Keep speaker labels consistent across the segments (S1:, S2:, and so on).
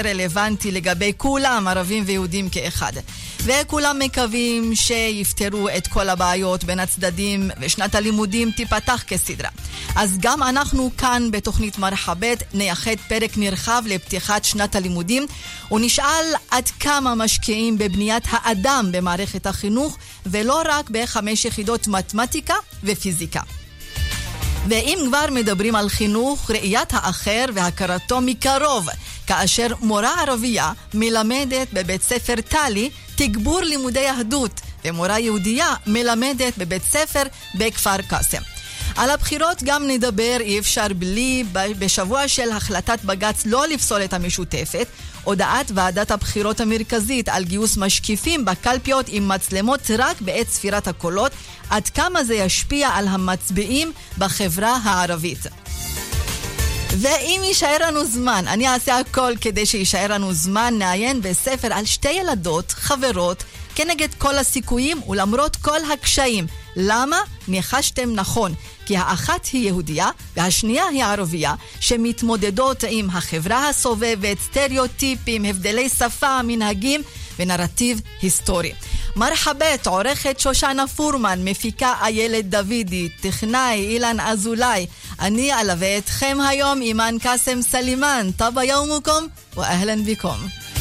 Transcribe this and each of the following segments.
S1: רלוונטי לגבי כולם, ערבים ויהודים כאחד. וכולם מקווים שיפתרו את כל הבעיות בין הצדדים ושנת הלימודים תיפתח כסדרה. אז גם אנחנו כאן בתוכנית מרחבת נייחד פרק נרחב לפתיחת שנת הלימודים ונשאל עד כמה משקיעים בבניית האדם במערכת החינוך ולא רק ב5 יחידות מתמטיקה ופיזיקה. ואם כבר מדברים על חינוך, ראיית האחר והכרתו מקרוב, כאשר מורה ערבייה מלמדת בבית ספר טלי תגבור לימודי יהדות, ומורה יהודייה מלמדת בבית ספר בכפר קאסם. על הבחירות גם נדבר, אי אפשר בלי, בשבוע של החלטת בג"ץ לא לפסול את המשותפת, הודעת ועדת הבחירות המרכזית על גיוס משקיפים בקלפיות עם מצלמות רק בעת ספירת הקולות, עד כמה זה ישפיע על המצביעים בחברה הערבית. ואם יישאר לנו זמן, אני אעשה הכל כדי שישאר לנו זמן, נעיין בספר על 2 ילדות, חברות, כנגד כל הסיכויים ולמרות כל הקשיים. למה? ניחשתם נכון, כי האחת היא יהודייה והשנייה היא ערבייה, שמתמודדות עם החברה הסובבת, סטריאוטיפים, הבדלי שפה, מנהגים ונרטיב היסטורי. מרחבת, עורכת שושנה פורמן, מפיקה איילת דוידי, טכנאי אילן אזולאי. אני אלווה אתכם היום אימן קאסם סלימן. טוב יומכם ואהלן ביקום.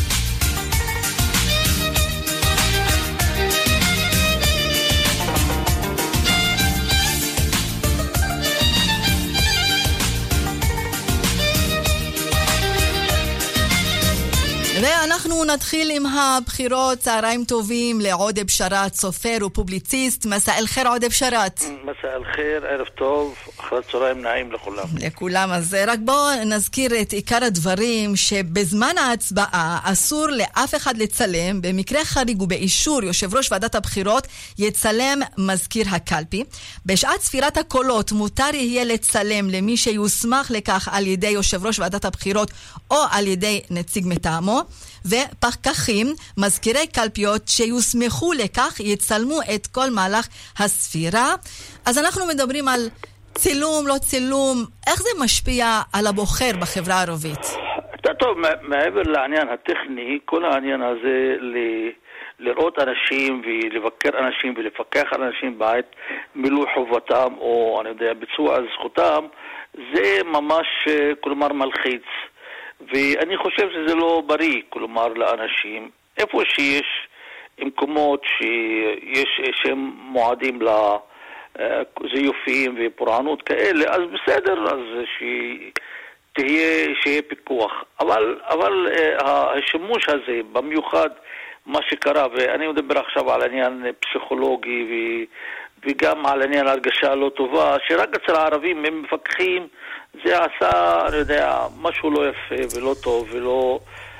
S1: ואנחנו נתחיל עם הבחירות. צהריים טובים לעודה בשאראת, סופר ופובליציסט. מסע אל חיר עודה בשאראת.
S2: מסע אל חיר, ערב טוב, אחר צהריים נעים לכולם.
S1: לכולם. אז רק בואו נזכיר את עיקר הדברים, שבזמן ההצבעה אסור לאף אחד לצלם, במקרה חריג ובאישור יושב ראש ועדת הבחירות יצלם מזכיר הקלפי. בשעת ספירת הקולות מותר יהיה לצלם למי שיוסמך לכך על ידי יושב ראש ועדת הבחירות או על ידי נציג מטעמו, ופקחים, מזכירי קלפיות שיוסמכו לכך יצלמו את כל מהלך הספירה. אז אנחנו מדברים על צילום, לא צילום, איך זה משפיע על הבוחר בחברה הערבית?
S2: טוב, מעבר לעניין הטכני, כל העניין הזה לראות אנשים ולבקר אנשים ולפקח על אנשים בעת מילוי חובתם או אני יודע, ביצוע זכותם, זה ממש כלומר מלחיץ. ואני חושב שזה לא בריא, כלומר, לאנשים. איפה שיש מקומות שהם מועדים לזיופים ופורענות כאלה, אז בסדר, אז שיהיה פיקוח. אבל השימוש הזה, במיוחד מה שקרה, ואני מדבר עכשיו על עניין פסיכולוגי וגם על עניין הרגשה לא טובה, שרק אצל הערבים הם מפקחים, זה עשה, אני יודע, משהו לא יפה ולא טוב ולא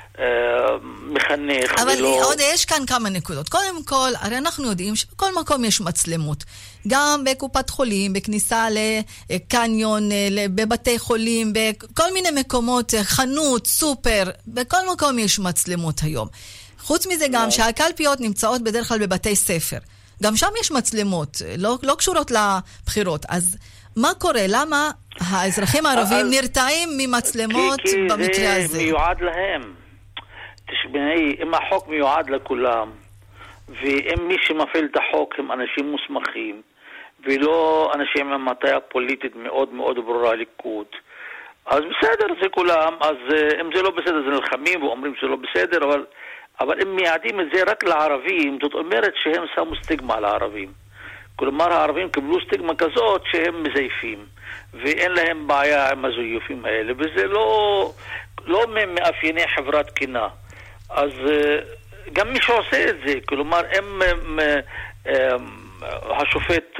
S2: מחנך.
S1: אבל
S2: ולא...
S1: עוד יש כאן כמה נקודות. קודם כל, הרי אנחנו יודעים שבכל מקום יש מצלמות. גם בקופת חולים, בכניסה לקניון, בבתי חולים, בכל מיני מקומות, חנות, סופר, בכל מקום יש מצלמות היום. חוץ מזה גם שהקלפיות נמצאות בדרך כלל בבתי ספר. גם שם יש מצלמות, לא קשורות לבחירות. אז מה קורה? למה האזרחים הערבים נרתעים ממצלמות במקרה הזה?
S2: כי זה מיועד להם. תשמעי, אם החוק מיועד לכולם, ואם מי שמפעיל את החוק הם אנשים מוסמכים, ולא אנשים עם מטרה פוליטית מאוד מאוד ברורה ליכוד, אז בסדר, זה כולם. אז אם זה לא בסדר, זה נלחמים ואומרים שזה לא בסדר, אבל אם מייעדים את זה רק לערבים, זאת אומרת שהם שמו סטיגמה על הערבים. כלומר, הערבים קיבלו סטיגמה כזאת שהם מזייפים, ואין להם בעיה עם הזיופים האלה, וזה לא מאפייני חברה תקינה. אז גם מי שעושה את זה, כלומר, אם השופט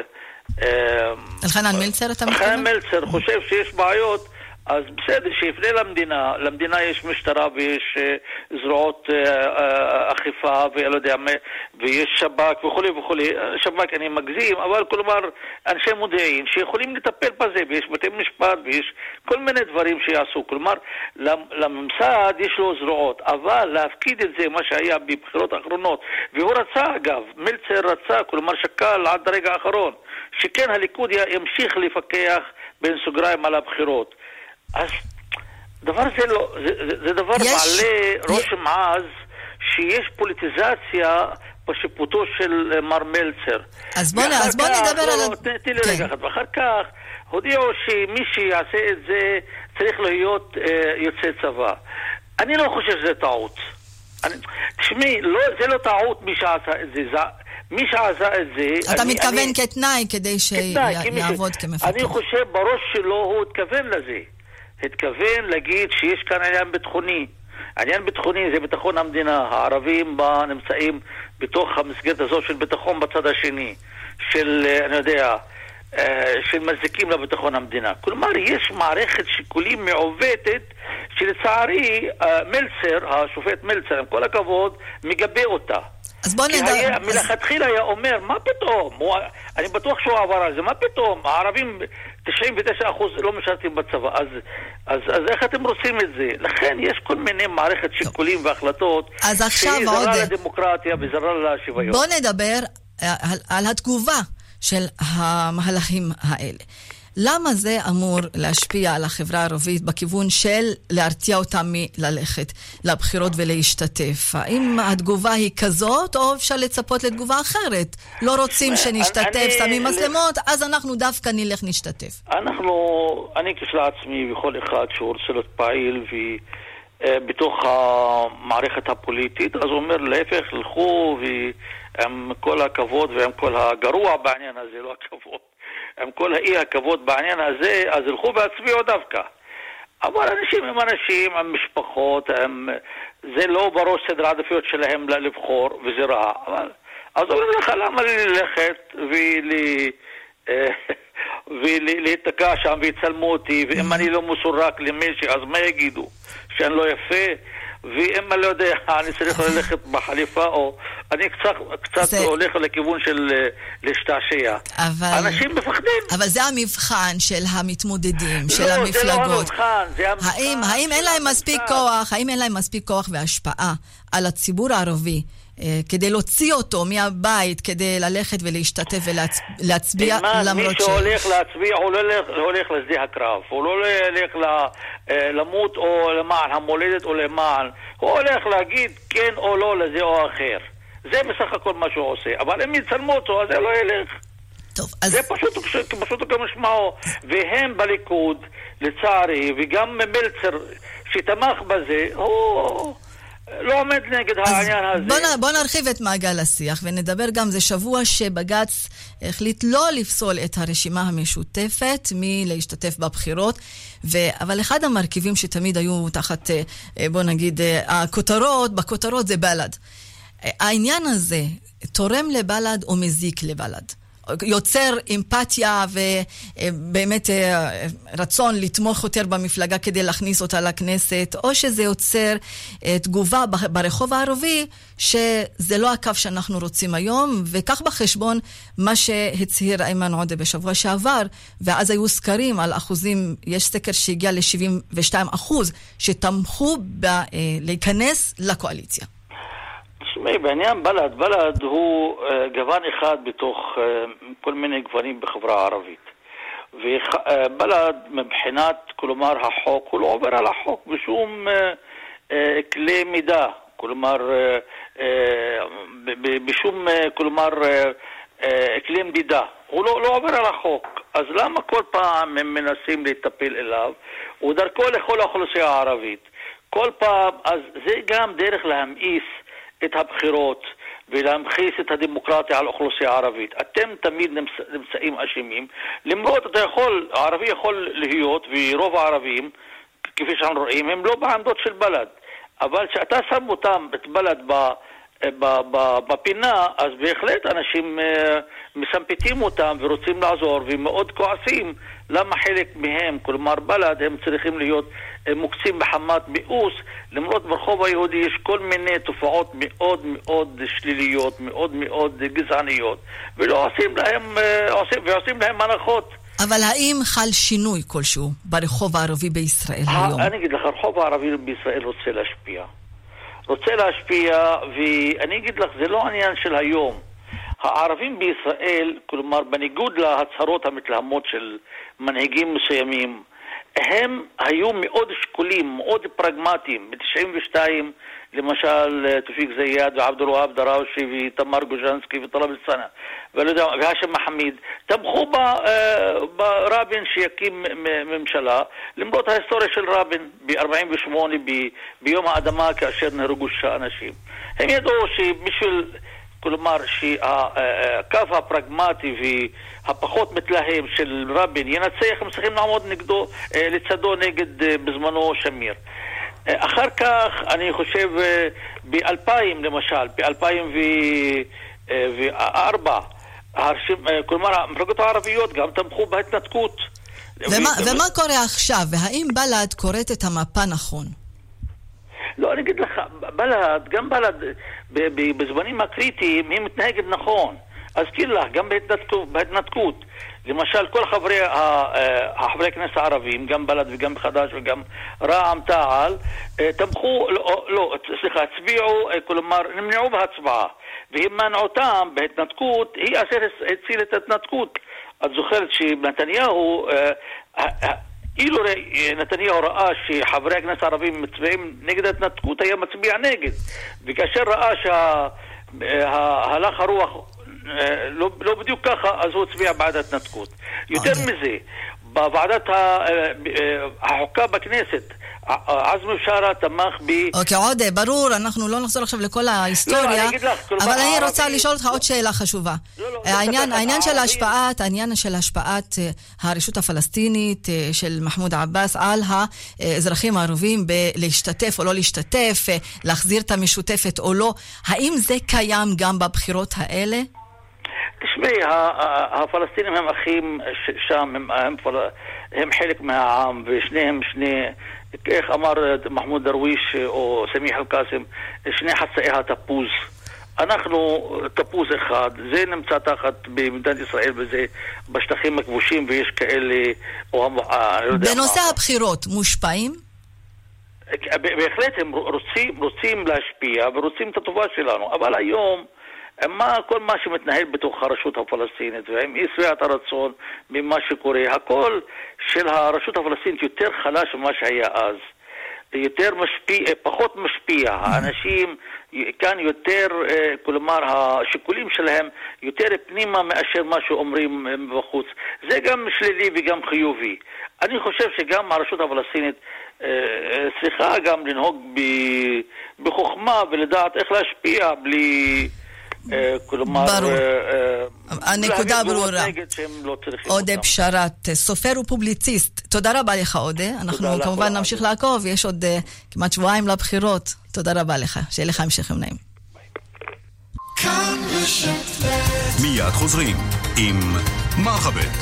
S1: אלחנן מלצר, אתה מתכוון?
S2: אלחנן מלצר חושב שיש בעיות, אז בסדר, שיפנה למדינה. למדינה יש משטרה ויש זרועות אכיפה ולא יודע, ויש שב"כ וכו' וכו'. שב"כ אני מגזים, אבל כלומר אנשי מודיעין שיכולים לטפל בזה, ויש בתי משפט ויש כל מיני דברים שיעשו. כלומר לממסד יש לו זרועות, אבל להפקיד את זה, מה שהיה בבחירות האחרונות, והוא רצה, אגב, מלצר רצה, כלומר שקל עד הרגע האחרון שכן הליכוד ימשיך לפקח בין סוגריים על הבחירות. אז דבר זה לא, זה דבר מעלה רושם עז שיש פוליטיזציה בשיפוטו של מר מלצר.
S1: אז בוא נדבר על...
S2: תני לי רגע אחד. ואחר כך הודיעו שמי שיעשה את זה צריך להיות יוצא צבא. אני לא חושב שזה טעות. תשמעי, זה לא טעות מי שעשה את זה. מי שעשה את זה...
S1: אתה מתכוון כתנאי כדי שיעבוד כמפקד.
S2: אני חושב בראש שלו הוא התכוון לזה. התכוון להגיד שיש כאן עניין ביטחוני. עניין ביטחוני זה ביטחון המדינה. הערבים נמצאים בתוך המסגרת הזו של ביטחון בצד השני. של, אני יודע, של מזיקים לביטחון המדינה. כלומר, יש מערכת שיקולים מעוותת שלצערי מלצר, השופט מלצר, עם כל הכבוד, מגבה אותה.
S1: אז בוא נדע...
S2: מלכתחילה היה אומר, מה פתאום? אני בטוח שהוא עבר על זה, מה פתאום? הערבים 99% לא משרתים בצבא, אז איך אתם רוצים את זה? לכן יש כל מיני מערכת שיקולים והחלטות שזרה לדמוקרטיה וזרה לשוויון.
S1: בוא נדבר על התגובה של המהלכים האלה. למה זה אמור להשפיע על החברה הערבית בכיוון של להרתיע אותם מללכת לבחירות ולהשתתף? האם התגובה היא כזאת או אפשר לצפות לתגובה אחרת? לא רוצים שנשתתף, שמים מצלמות, אז אנחנו דווקא נלך נשתתף.
S2: אני כשלעצמי וכל אחד שהוא רוצה להיות פעיל בתוך המערכת הפוליטית, אז הוא אומר להפך, לכו ועם כל הכבוד ועם כל הגרוע בעניין הזה, לא הכבוד. עם כל האי הכבוד בעניין הזה, אז ילכו והצביעו דווקא. אבל אנשים הם אנשים, עם משפחות, זה לא בראש סדר העדיפויות שלהם לבחור, וזה רע. אז אומרים לך, למה לי ללכת ולהתקע שם ויצלמו אותי, ואם אני לא מסורק למישהו, אז מה יגידו? שאני לא יפה? ואם אני לא יודע, אני צריך ללכת בחליפה, או אני קצת הולך לכיוון של להשתעשע. אנשים מפחדים.
S1: אבל זה המבחן של המתמודדים, של המפלגות.
S2: לא, זה לא המבחן, זה המבחן.
S1: האם אין להם מספיק כוח, האם אין להם מספיק כוח והשפעה על הציבור הערבי, כדי להוציא אותו מהבית, כדי ללכת ולהשתתף ולהצביע למרות
S2: מי שהולך להצביע, הוא לא הולך לשדה הקרב, הוא לא הולך למות או למען המולדת או למען, הוא הולך להגיד כן או לא לזה או אחר. זה בסך הכל מה שהוא עושה, אבל אם יצלמו אותו, אז זה לא ילך.
S1: טוב,
S2: זה פשוט כמשמעו, והם בליכוד, לצערי, וגם מלצר שתמך בזה, הוא... לא עומד נגד העניין הזה.
S1: בוא נרחיב את מעגל השיח ונדבר גם, זה שבוע שבג"ץ החליט לא לפסול את הרשימה המשותפת מלהשתתף בבחירות, אבל אחד המרכיבים שתמיד היו תחת, בוא נגיד, בכותרות זה בל"ד. העניין הזה תורם לבל"ד או מזיק לבל"ד? יוצר אמפתיה ובאמת רצון לתמוך יותר במפלגה כדי להכניס אותה לכנסת, או שזה יוצר תגובה ברחוב הערבי שזה לא הקו שאנחנו רוצים היום, וכך בחשבון מה שהצהיר איימן עודה בשבוע שעבר, ואז היו סקרים על אחוזים, יש סקר שהגיע ל-72% שתמכו להיכנס לקואליציה.
S2: בעניין בל"ד הוא גוון אחד בתוך כל מיני גוונים בחברה הערבית. ובל"ד מבחינת, כלומר החוק, הוא לא עובר על החוק בשום כלי מידה. כלומר, בשום, כלומר, כלי מדידה. הוא לא עובר על החוק. אז למה כל פעם הם מנסים להטפל אליו? ודרכו לכל האוכלוסייה הערבית. כל פעם, אז זה גם דרך להמאיס את הבחירות ולהמחיס את הדמוקרטיה על האוכלוסייה הערבית. אתם תמיד נמצאים אשמים, למרות הערבי יכול להיות, ורוב הערבים, כפי שאנחנו רואים, הם לא בעמדות של בל"ד. אבל כשאתה שם אותם, את בל"ד בפינה, אז בהחלט אנשים מסמפתים אותם ורוצים לעזור, ומאוד כועסים למה חלק מהם, כלומר בל"ד, הם צריכים להיות מוקצים בחמת מיאוס, למרות ברחוב היהודי יש כל מיני תופעות מאוד מאוד שליליות, מאוד מאוד גזעניות, ולא עושים להם הנחות.
S1: אבל האם חל שינוי כלשהו ברחוב הערבי בישראל היום?
S2: אני אגיד לך, הרחוב הערבי בישראל רוצה להשפיע, ואני אגיד לך, זה לא עניין של היום. הערבים בישראל, כלומר בניגוד להצהרות המתלהמות של מנהיגים מסוימים, הם היו מאוד שקולים, מאוד פרגמטיים. ב-92, למשל, תופיק זיאד ועבד אל-והאב דראושי ותמר גוז'נסקי וטלב אלסאנע והאשם מחמיד תמכו ברבין שיקים ממשלה, למרות ההיסטוריה של רבין ב-48 ביום האדמה כאשר נהרגו 6 אנשים. הם ידעו שבשביל, כלומר, שהקו הפרגמטי והפחות מתלהם של רבין ינצח, הם צריכים לעמוד נגדו, לצדו נגד בזמנו שמיר. אחר כך, אני חושב, ב-2000 למשל, ב-2004, כלומר, המפלגות הערביות גם תמכו בהתנתקות.
S1: ומה קורה עכשיו? והאם בל"ד קוראת את המפה נכון?
S2: לא, אני אגיד לך, גם בל"ד, בזמנים הקריטיים, היא מתנהגת נכון. אזכיר לך, גם בהתנתקות. למשל, כל חברי הכנסת הערבים, גם בל"ד וגם חד"ש וגם רע"מ תע"ל, תמכו, הצביעו, כלומר, נמנעו בהצבעה. והם מנעותם בהתנתקות, היא הצילה את ההתנתקות. את זוכרת שנתניהו, אילו נתניהו ראה שחברי הכנסת הערבים מצביעים נגד ההתנתקות, היה מצביע נגד. וכאשר ראה שהלך הרוח לא בדיוק ככה, אז הוא הצביע בעד ההתנתקות. יותר מזה, בוועדת החוקה בכנסת, עזמי בשארה תמך
S1: אוקיי, עוד ברור, אנחנו לא נחזור עכשיו לכל ההיסטוריה, אבל אני רוצה לשאול אותך עוד שאלה חשובה. העניין של השפעת הרשות הפלסטינית של מחמוד עבאס על האזרחים הערבים להשתתף או לא להשתתף, להחזיר את המשותפת או לא, האם זה קיים גם בבחירות האלה?
S2: תשמעי, הפלסטינים הם אחים שם, הם חלק מהעם, ושניהם איך אמר מחמוד דרוויש או סמיח אל-קאסם, שני חצאי התפוז. אנחנו תפוז אחד, זה נמצא תחת במדינת ישראל וזה בשטחים הכבושים, ויש כאלה
S1: בנושא הבחירות מושפעים?
S2: בהחלט הם רוצים להשפיע ורוצים את הטובה שלנו, אבל היום כל מה שמתנהל בתוך הרשות הפלסטינית ועם אי שביעת הרצון ממה שקורה, הכל של הרשות הפלסטינית יותר חלש ממה שהיה אז, יותר פחות משפיע. האנשים כאן יותר, כלומר השיקולים שלהם יותר פנימה מאשר מה שאומרים בחוץ. זה גם שלילי וגם חיובי. אני חושב שגם הרשות הפלסטינית צריכה גם לנהוג בחוכמה ולדעת איך להשפיע בלי כלומר,
S1: הנקודה ברורה. עודה בשאראת, סופר ופובליציסט, תודה רבה לך עודה, אנחנו כמובן נמשיך לעקוב, יש עוד כמעט שבועיים לבחירות, תודה רבה לך, שיהיה לך המשך יום נעים.
S3: מיד חוזרים עם מרחבת.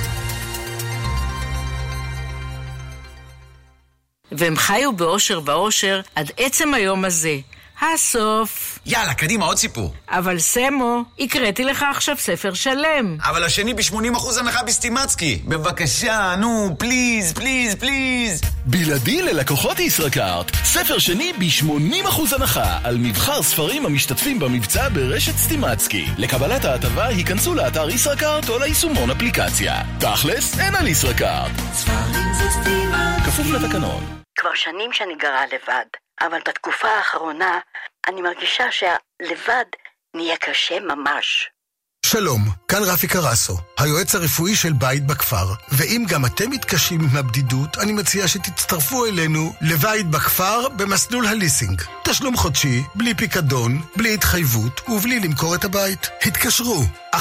S4: והם חיו באושר ואושר עד עצם היום הזה. הסוף.
S5: יאללה, קדימה, עוד סיפור.
S4: אבל סמו, הקראתי לך עכשיו ספר שלם.
S5: אבל השני ב-80% הנחה בסטימצקי. בבקשה, נו, פליז, פליז, פליז.
S6: בלעדי ללקוחות ישראכרט. ספר שני ב-80% הנחה על מבחר ספרים המשתתפים במבצע ברשת סטימצקי. לקבלת ההטבה היכנסו לאתר ישראכרט או ליישומון אפליקציה. תכלס, אין על ישראכרט. ספרים זה סטימצקי. כפוף לתקנון.
S7: כבר שנים שאני גרה לבד. אבל בתקופה האחרונה אני מרגישה שהלבד נהיה קשה ממש.
S8: שלום, כאן רפי קרסו, היועץ הרפואי של בית בכפר. ואם גם אתם מתקשים עם הבדידות, אני מציע שתצטרפו אלינו לבית בכפר במסלול הליסינג. תשלום חודשי, בלי פיקדון, בלי התחייבות ובלי למכור את הבית. התקשרו, 1-800-30-70-70.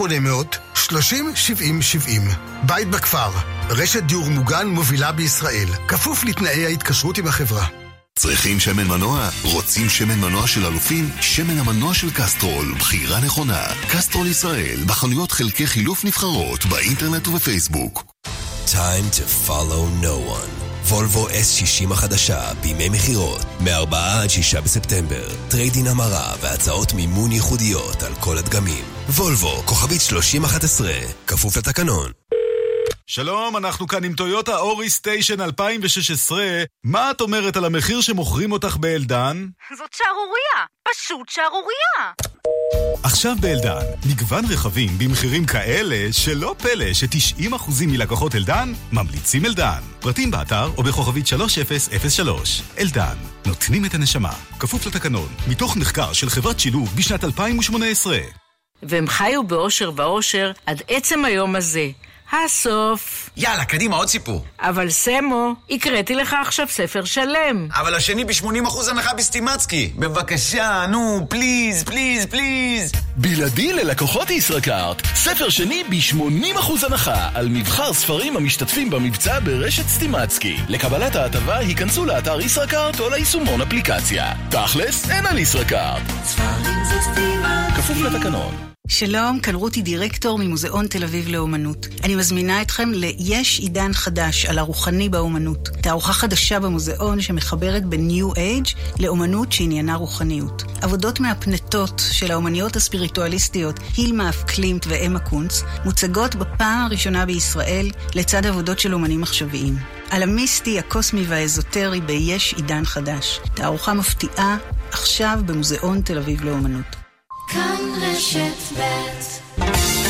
S8: בית בכפר, רשת דיור מוגן מובילה בישראל, כפוף לתנאי ההתקשרות עם החברה.
S3: צריכים שמן מנוע? רוצים שמן מנוע של אלופים? שמן המנוע של קסטרול, בחירה נכונה. קסטרול ישראל, בחנויות חלקי חילוף נבחרות, באינטרנט ובפייסבוק.
S9: Time to follow no one. וולבו S60 החדשה, בימי מחירות, מ-4 עד 6 בספטמבר. טריידין המרה והצעות מימון ייחודיות על כל הדגמים. וולבו, כוכבית 3011, כפוף לתקנון.
S10: שלום, אנחנו כאן עם טויוטה אורי סטיישן 2016. מה את אומרת על המחיר שמוכרים אותך באלדן?
S11: זאת שערוריה, פשוט שערוריה.
S10: עכשיו באלדן, מגוון רכבים במחירים כאלה שלא פלא ש90% מלקוחות אלדן ממליצים אלדן. פרטים באתר או בכוכבית 3003. אלדן, נותנים את הנשמה. כפוף לתקנון, מתוך מחקר של חברת שילוב בשנת 2018.
S4: והם חיו באושר ואושר עד עצם היום הזה. הסוף.
S5: יאללה, קדימה, עוד סיפור.
S4: אבל סמו, הקראתי לך עכשיו ספר שלם.
S5: אבל השני ב-80% הנחה בסטימצקי. בבקשה, נו, פליז, פליז, פליז.
S6: בלעדי ללקוחות ישראכרט. ספר שני ב-80% הנחה על מבחר ספרים המשתתפים במבצע ברשת סטימצקי. לקבלת ההטבה היכנסו לאתר ישראכרט או ליישומון אפליקציה. תכלס, אין על ישראכרט. ספרים זה סטימצקי. כפוף לתקנון.
S11: שלום, כאן רותי דירקטור ממוזיאון תל אביב לאומנות. אני מזמינה אתכם ליש עידן חדש על הרוחני באומנות. תערוכה חדשה במוזיאון שמחברת בין ניו אייג' לאומנות שעניינה רוחניות. עבודות מהפנטות של האומניות הספיריטואליסטיות הילמה קלימט ואמה קונץ מוצגות בפעם הראשונה בישראל לצד עבודות של אומנים עכשוויים. על המיסטי, הקוסמי והאזוטרי ביש עידן חדש. תערוכה מפתיעה עכשיו במוזיאון תל אביב לאומנות.
S12: כאן רשת ב'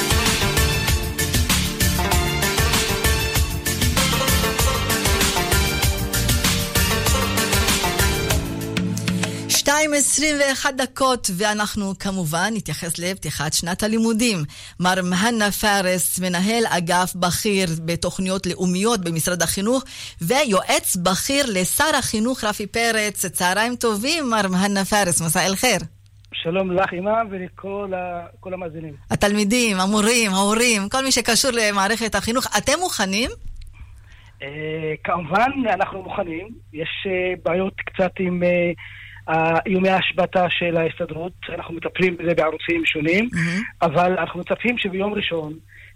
S1: 2:21, ואנחנו כמובן נתייחס לפתיחת שנת הלימודים. מר מהנה פארס, מנהל אגף בכיר בתוכניות לאומיות במשרד החינוך, ויועץ בכיר לשר החינוך רפי פרץ. צהריים טובים, מר מהנה פארס, מסע אל חיר.
S13: שלום לך אימא ולכל המאזינים.
S1: התלמידים, המורים, ההורים, כל מי שקשור למערכת החינוך, אתם מוכנים?
S13: כמובן אנחנו מוכנים. יש בעיות קצת עם איומי ההשבתה של ההסתדרות. אנחנו מטפלים בזה בערוצים שונים, אבל אנחנו מצפים שביום ראשון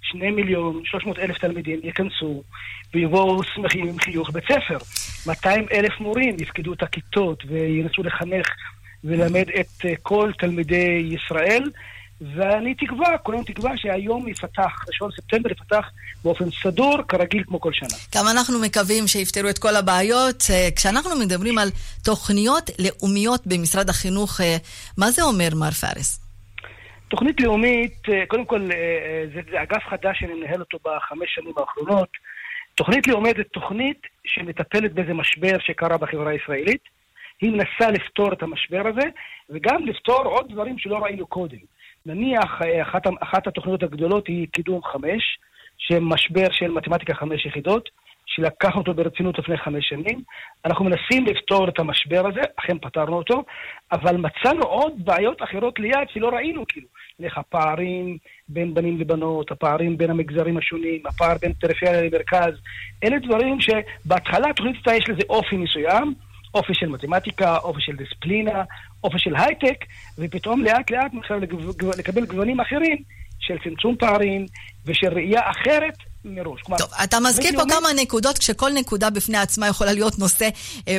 S13: 2,300,000 תלמידים יכנסו ויבואו שמחים עם חיוך בית ספר. 200,000 מורים יפקדו את הכיתות וינסו לחנך ולמד את כל תלמידי ישראל, ואני כולנו תקווה שהיום יפתח, 1 ספטמבר יפתח באופן סדור, כרגיל כמו כל שנה.
S1: גם אנחנו מקווים שיפתרו את כל הבעיות. כשאנחנו מדברים על תוכניות לאומיות במשרד החינוך, מה זה אומר, מר פארס?
S13: תוכנית לאומית, קודם כל, זה אגף חדש שאני מנהל אותו ב5 שנים האחרונות. תוכנית לאומית זה תוכנית שמטפלת באיזה משבר שקרה בחברה הישראלית. היא מנסה לפתור את המשבר הזה, וגם לפתור עוד דברים שלא ראינו קודם. נניח, אחת התוכניות הגדולות היא קידום 5, שמשבר של מתמטיקה 5 יחידות, שלקח אותו ברצינות לפני 5 שנים. אנחנו מנסים לפתור את המשבר הזה, אכן פתרנו אותו, אבל מצאנו עוד בעיות אחרות ליד שלא ראינו, כאילו. הפערים בין בנים לבנות, הפערים בין המגזרים השונים, הפער בין פריפריה למרכז. אלה דברים שבהתחלה התוכנית יש לזה אופי מסוים, אופי של מתמטיקה, אופי של דיסציפלינה, אופי של הייטק, ופתאום לאט לאט מתחיל לקבל גוונים אחרים של צמצום פערים ושל ראייה אחרת מראש.
S1: טוב, אתה מזכיר פה כמה נקודות, כשכל נקודה בפני עצמה יכולה להיות נושא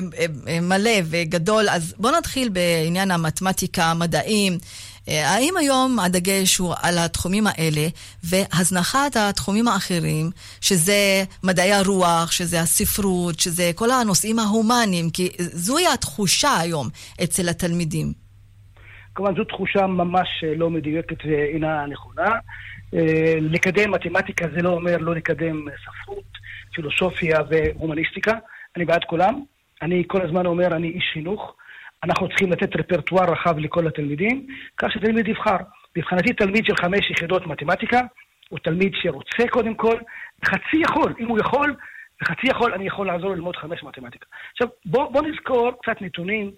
S1: מלא וגדול, אז בוא נתחיל בעניין המתמטיקה, המדעים. האם היום הדגש הוא על התחומים האלה והזנחת התחומים האחרים, שזה מדעי הרוח, שזה הספרות, שזה כל הנושאים ההומניים, כי זוהי התחושה היום אצל התלמידים.
S13: כמובן, זו תחושה ממש לא מדויקת ואינה נכונה. לקדם מתמטיקה זה לא אומר לא לקדם ספרות, פילוסופיה והומניסטיקה. אני בעד כולם. אני כל הזמן אומר, אני איש חינוך. אנחנו צריכים לתת רפרטואר רחב לכל התלמידים, כך שתלמיד יבחר. מבחינתי תלמיד של 5 יחידות מתמטיקה, הוא תלמיד שרוצה קודם כל, חצי יכול, אם הוא יכול, וחצי יכול, אני יכול לעזור ללמוד 5 מתמטיקה. עכשיו, בוא נזכור קצת נתונים.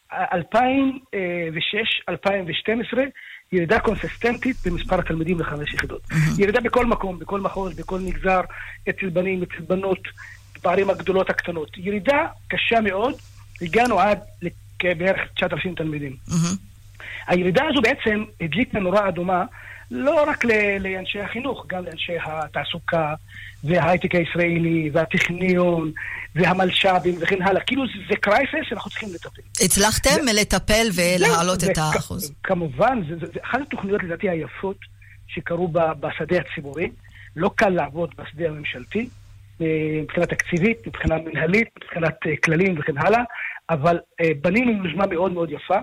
S13: 2006-2012, ירידה קונסיסטנטית במספר התלמידים ל5 יחידות. ירידה בכל מקום, בכל מחוז, בכל מגזר, אצל בנים, אצל בנות, בערים הגדולות הקטנות. ירידה קשה מאוד, הגענו עד בערך 9,000 תלמידים. הירידה הזו בעצם הדליקה נורה אדומה, לא רק לאנשי החינוך, גם לאנשי התעסוקה וההייטק הישראלי והטכניון והמלש"בים וכן הלאה. כאילו זה קרייסס שאנחנו צריכים לטפל.
S1: הצלחתם לטפל ולהעלות את האחוז?
S13: כמובן, זה אחת התוכניות לדעתי היפות שקרו בשדה הציבורי. לא קל לעבוד בשדה הממשלתי, מבחינה תקציבית, מבחינה מנהלית, מבחינת כללים וכן הלאה, אבל בנינו יוזמה מאוד מאוד יפה,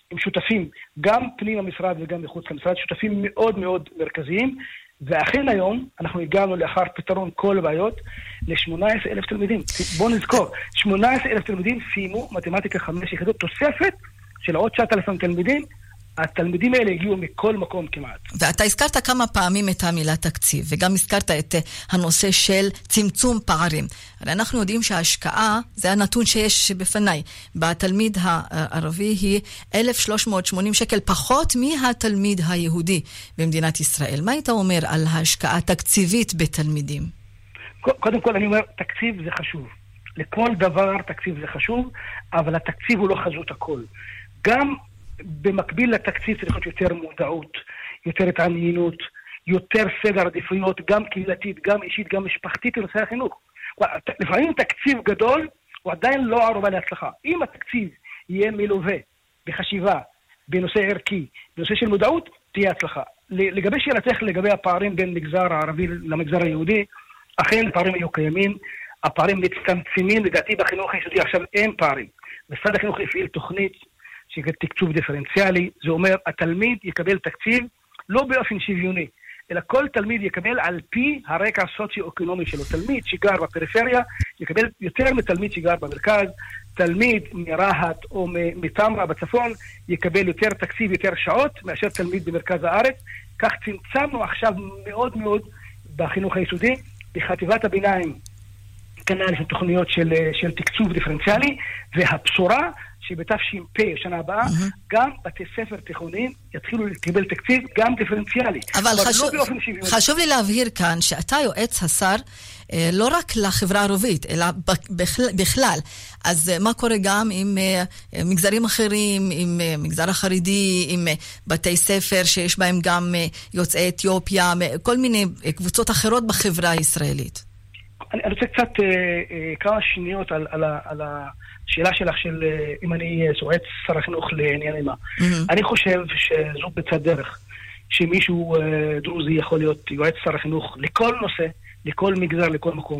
S13: הם שותפים גם פנים המשרד וגם מחוץ למשרד, שותפים מאוד מאוד מרכזיים, ואכן היום אנחנו הגענו לאחר פתרון כל הבעיות ל-18,000 תלמידים. בואו נזכור, 18,000 תלמידים סיימו מתמטיקה 5 יחידות, תוספת של עוד 9,000 תלמידים. התלמידים האלה הגיעו מכל מקום כמעט.
S1: ואתה הזכרת כמה פעמים את המילה תקציב, וגם הזכרת את הנושא של צמצום פערים. הרי אנחנו יודעים שההשקעה, זה הנתון שיש בפניי, בתלמיד הערבי היא 1,380 שקל, פחות מהתלמיד היהודי במדינת ישראל. מה היית אומר על ההשקעה תקציבית בתלמידים?
S13: קודם כל אני אומר, תקציב זה חשוב. לכל דבר תקציב זה חשוב, אבל התקציב הוא לא חזות הכל. גם במקביל לתקציב צריך להיות יותר מודעות, יותר התעניינות, יותר סדר עדיפויות, גם קהילתית, גם אישית, גם משפחתית לנושא החינוך. לפעמים תקציב גדול הוא עדיין לא ערובה להצלחה. אם התקציב יהיה מלווה בחשיבה, בנושא ערכי, בנושא של מודעות, תהיה הצלחה. לגבי שאלתך לגבי הפערים בין מגזר הערבי למגזר היהודי, אכן הפערים היו קיימים, הפערים מצטמצמים, לדעתי בחינוך היסודי עכשיו אין פערים. משרד החינוך הפעיל תוכנית של תקצוב דיפרנציאלי, זה אומר התלמיד יקבל תקציב לא באופן שוויוני, אלא כל תלמיד יקבל על פי הרקע הסוציו-אקונומי שלו. תלמיד שגר בפריפריה יקבל יותר מתלמיד שגר במרכז, תלמיד מרהט או מתמרה בצפון יקבל יותר תקציב, יותר שעות מאשר תלמיד במרכז הארץ. כך צמצמנו עכשיו מאוד מאוד בחינוך היסודי. בחטיבת הביניים כנ"ל של תוכניות של תקצוב דיפרנציאלי, והבשורה שבתש"פ שנה הבאה, גם בתי ספר תיכוניים יתחילו לקבל תקציב גם דיפרנציאלי.
S1: אבל חשוב לי להבהיר כאן שאתה יועץ השר לא רק לחברה הערבית, אלא בכלל. אז מה קורה גם עם מגזרים אחרים, עם מגזר החרדי, עם בתי ספר שיש בהם גם יוצאי אתיופיה, כל מיני קבוצות אחרות בחברה הישראלית?
S13: אני רוצה קצת כמה שניות על השאלה שלך של אם אני יועץ שר החינוך לענייני מה. אני חושב שזו בצד דרך שמישהו דרוזי יכול להיות יועץ שר החינוך לכל נושא, לכל מגזר, לכל מקום.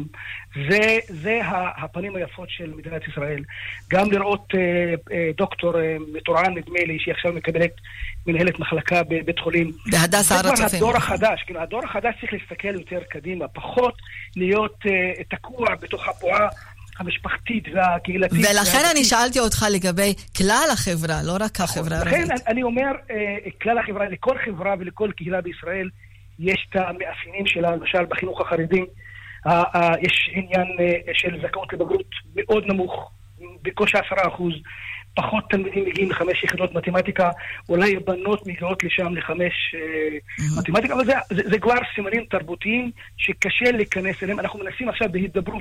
S13: זה הפנים היפות של מדינת ישראל. גם לראות דוקטור מטורען, נדמה לי, שהיא עכשיו מקבלת מנהלת מחלקה בבית חולים.
S1: בהדסה הר הצופים.
S13: זה כבר הדור החדש. הדור החדש צריך להסתכל יותר קדימה, פחות להיות תקוע בתוך הפועה המשפחתית והקהילתית.
S1: ולכן אני שאלתי אותך לגבי כלל החברה, לא רק החברה הערבית.
S13: לכן אני אומר, כלל החברה, לכל חברה ולכל קהילה בישראל, יש את המאפיינים שלה. למשל בחינוך החרדי יש עניין של זכאות לבגרות מאוד נמוך, בקושי 10%, פחות תלמידים מגיעים ל5 יחידות מתמטיקה, אולי בנות מגיעות לשם ל5 מתמטיקה, אבל זה כבר סימנים תרבותיים שקשה להיכנס אליהם. אנחנו מנסים עכשיו בהידברות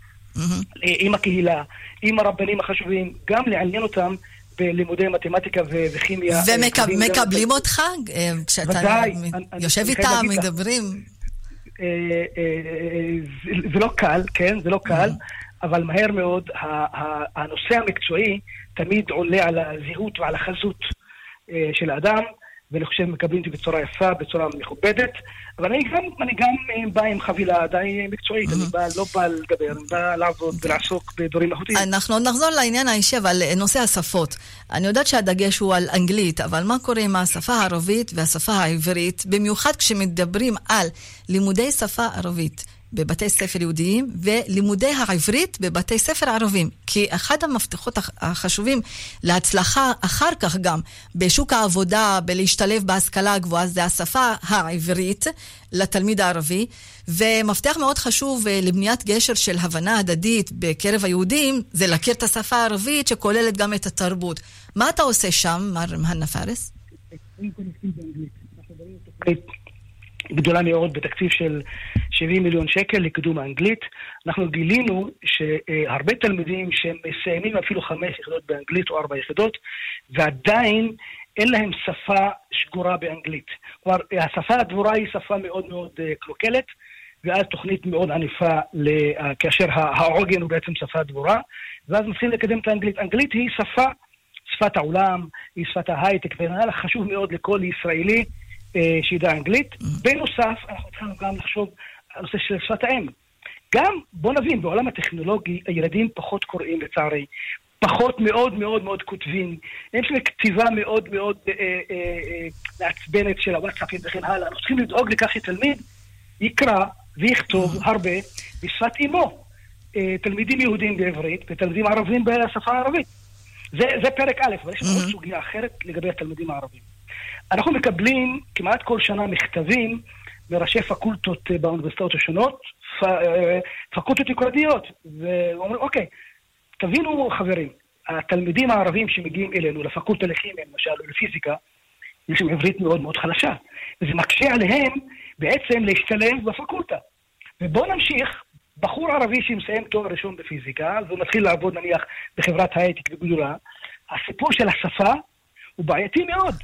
S13: עם הקהילה, עם הרבנים החשובים, גם לעניין אותם בלימודי מתמטיקה וכימיה.
S1: ומקבלים אותך? כשאתה יושב איתם, מדברים?
S13: זה לא קל, כן, זה לא קל, אבל מהר מאוד הנושא המקצועי תמיד עולה על הזהות ועל החזות של האדם, ואני חושב מקבלים אותי בצורה יפה, בצורה מכובדת, אבל אני גם בא עם חבילה די מקצועית, אני לא בא לדבר, אני בא לעבוד ולעסוק בדברים איכותיים.
S1: אנחנו נחזור לעניין האישי, אבל נושא השפות. אני יודעת שהדגש הוא על אנגלית, אבל מה קורה עם השפה הערבית והשפה העברית, במיוחד כשמדברים על לימודי שפה ערבית בבתי ספר יהודיים ולימודי העברית בבתי ספר ערבים, כי אחד המפתחות החשובים להצלחה אחר כך גם בשוק העבודה, בלהשתלב בהשכלה הגבוהה, זה השפה העברית לתלמיד הערבי, ומפתח מאוד חשוב לבניית גשר של הבנה הדדית בקרב היהודים, זה להכיר את השפה הערבית שכוללת גם את התרבות. מה אתה עושה שם, מר מהנא פארס?
S13: גדולה מאוד בתקציב של 70 מיליון שקל לקידום האנגלית. אנחנו גילינו שהרבה תלמידים שמסיימים אפילו 5 יחידות באנגלית או 4 יחידות, ועדיין אין להם שפה שגורה באנגלית. כלומר, השפה הדבורה היא שפה מאוד מאוד קלוקלת, ואז תוכנית מאוד ענפה כאשר העוגן הוא בעצם שפה דבורה, ואז מנסים לקדם את האנגלית. אנגלית היא שפת העולם, היא שפת ההייטק, ונראה לך חשוב מאוד לכל ישראלי שידע אנגלית. בנוסף, אנחנו צריכים גם לחשוב על נושא של שפת האם. גם, בוא נבין, בעולם הטכנולוגי, הילדים פחות קוראים לצערי, פחות מאוד מאוד מאוד כותבים. אין שם כתיבה מאוד מאוד מעצבנת של הוואטסאפים וכן הלאה. אנחנו צריכים לדאוג לכך שתלמיד יקרא ויכתוב הרבה בשפת אימו. תלמידים יהודים בעברית ותלמידים ערבים בשפה הערבית. זה פרק א', אבל יש עוד סוגיה אחרת לגבי התלמידים הערבים. אנחנו מקבלים כמעט כל שנה מכתבים מראשי פקולטות באוניברסיטאות השונות, פקולטות יוקרתיות, ואומרים, אוקיי, תבינו חברים, התלמידים הערבים שמגיעים אלינו לפקולטה לכימיה, למשל, או לפיזיקה, יש להם עברית מאוד מאוד חלשה, וזה מקשה עליהם בעצם להשתלב בפקולטה. ובואו נמשיך, בחור ערבי שמסיים תואר ראשון בפיזיקה, והוא מתחיל לעבוד נניח בחברת הייטק גדולה, הסיפור של השפה הוא בעייתי מאוד.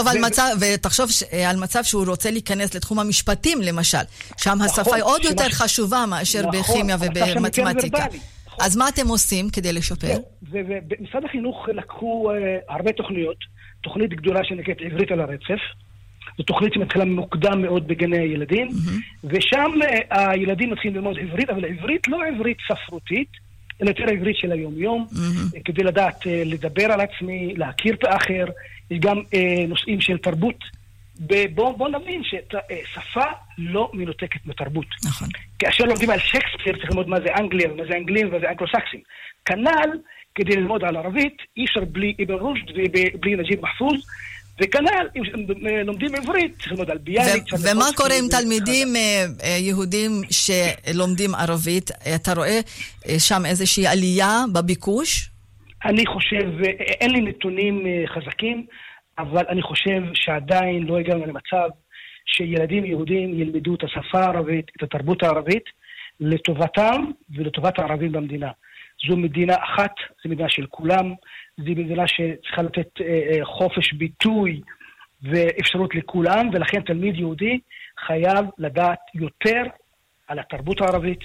S1: ותחשוב על מצב שהוא רוצה להיכנס לתחום המשפטים, למשל. שם השפה היא עוד יותר חשובה מאשר בכימיה ובמתמטיקה. אז מה אתם עושים כדי לשפר?
S13: ובמשרד החינוך לקחו הרבה תוכניות, תוכנית גדולה שנקראת עברית על הרצף, זו תוכנית שמתחילה מוקדם מאוד בגני הילדים, ושם הילדים מתחילים ללמוד עברית, אבל עברית לא עברית ספרותית, אלא יותר עברית של היום-יום, כדי לדעת לדבר על עצמי, להכיר את האחר, יש גם נושאים של תרבות. בואו נבין ששפה לא מנותקת מתרבות.
S1: נכון.
S13: כאשר לומדים על שייקספיר, צריך ללמוד מה זה אנגליה, מה זה אנגלים ומה זה אנגלו-סקסים. כנ"ל, כדי ללמוד על ערבית, אי אפשר בלי אבן רושד ובלי נג'יב מחפוז, וכנ"ל, אם לומדים עברית, צריך ללמוד על ביאליק.
S1: ומה קורה עם תלמידים יהודים שלומדים ערבית? אתה רואה שם איזושהי עלייה בביקוש?
S13: אני חושב, אין לי נתונים חזקים, אבל אני חושב שעדיין לא הגענו למצב שילדים יהודים ילמדו את השפה הערבית, את התרבות הערבית, לטובתם ולטובת הערבים במדינה. זו מדינה אחת, זו מדינה של כולם, זו מדינה שצריכה לתת חופש ביטוי ואפשרות לכולם, ולכן תלמיד יהודי חייב לדעת יותר על התרבות הערבית,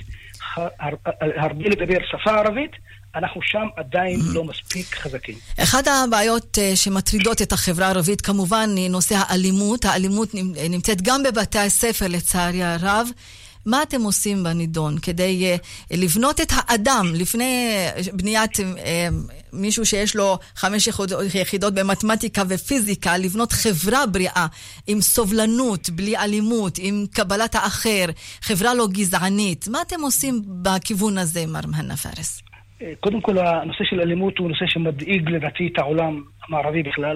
S13: הרבה לדבר שפה ערבית, אנחנו שם עדיין לא מספיק חזקים.
S1: אחד הבעיות שמטרידות את החברה הערבית כמובן היא נושא האלימות. האלימות נמצאת גם בבתי הספר לצערי הרב. מה אתם עושים בנידון כדי לבנות את האדם לפני בניית מישהו שיש לו 5 יחידות במתמטיקה ופיזיקה, לבנות חברה בריאה עם סובלנות, בלי אלימות, עם קבלת האחר, חברה לא גזענית? מה אתם עושים בכיוון הזה, מר מהנא פארס?
S13: קודם כל, הנושא של אלימות הוא נושא שמדאיג לדעתי את העולם המערבי בכלל.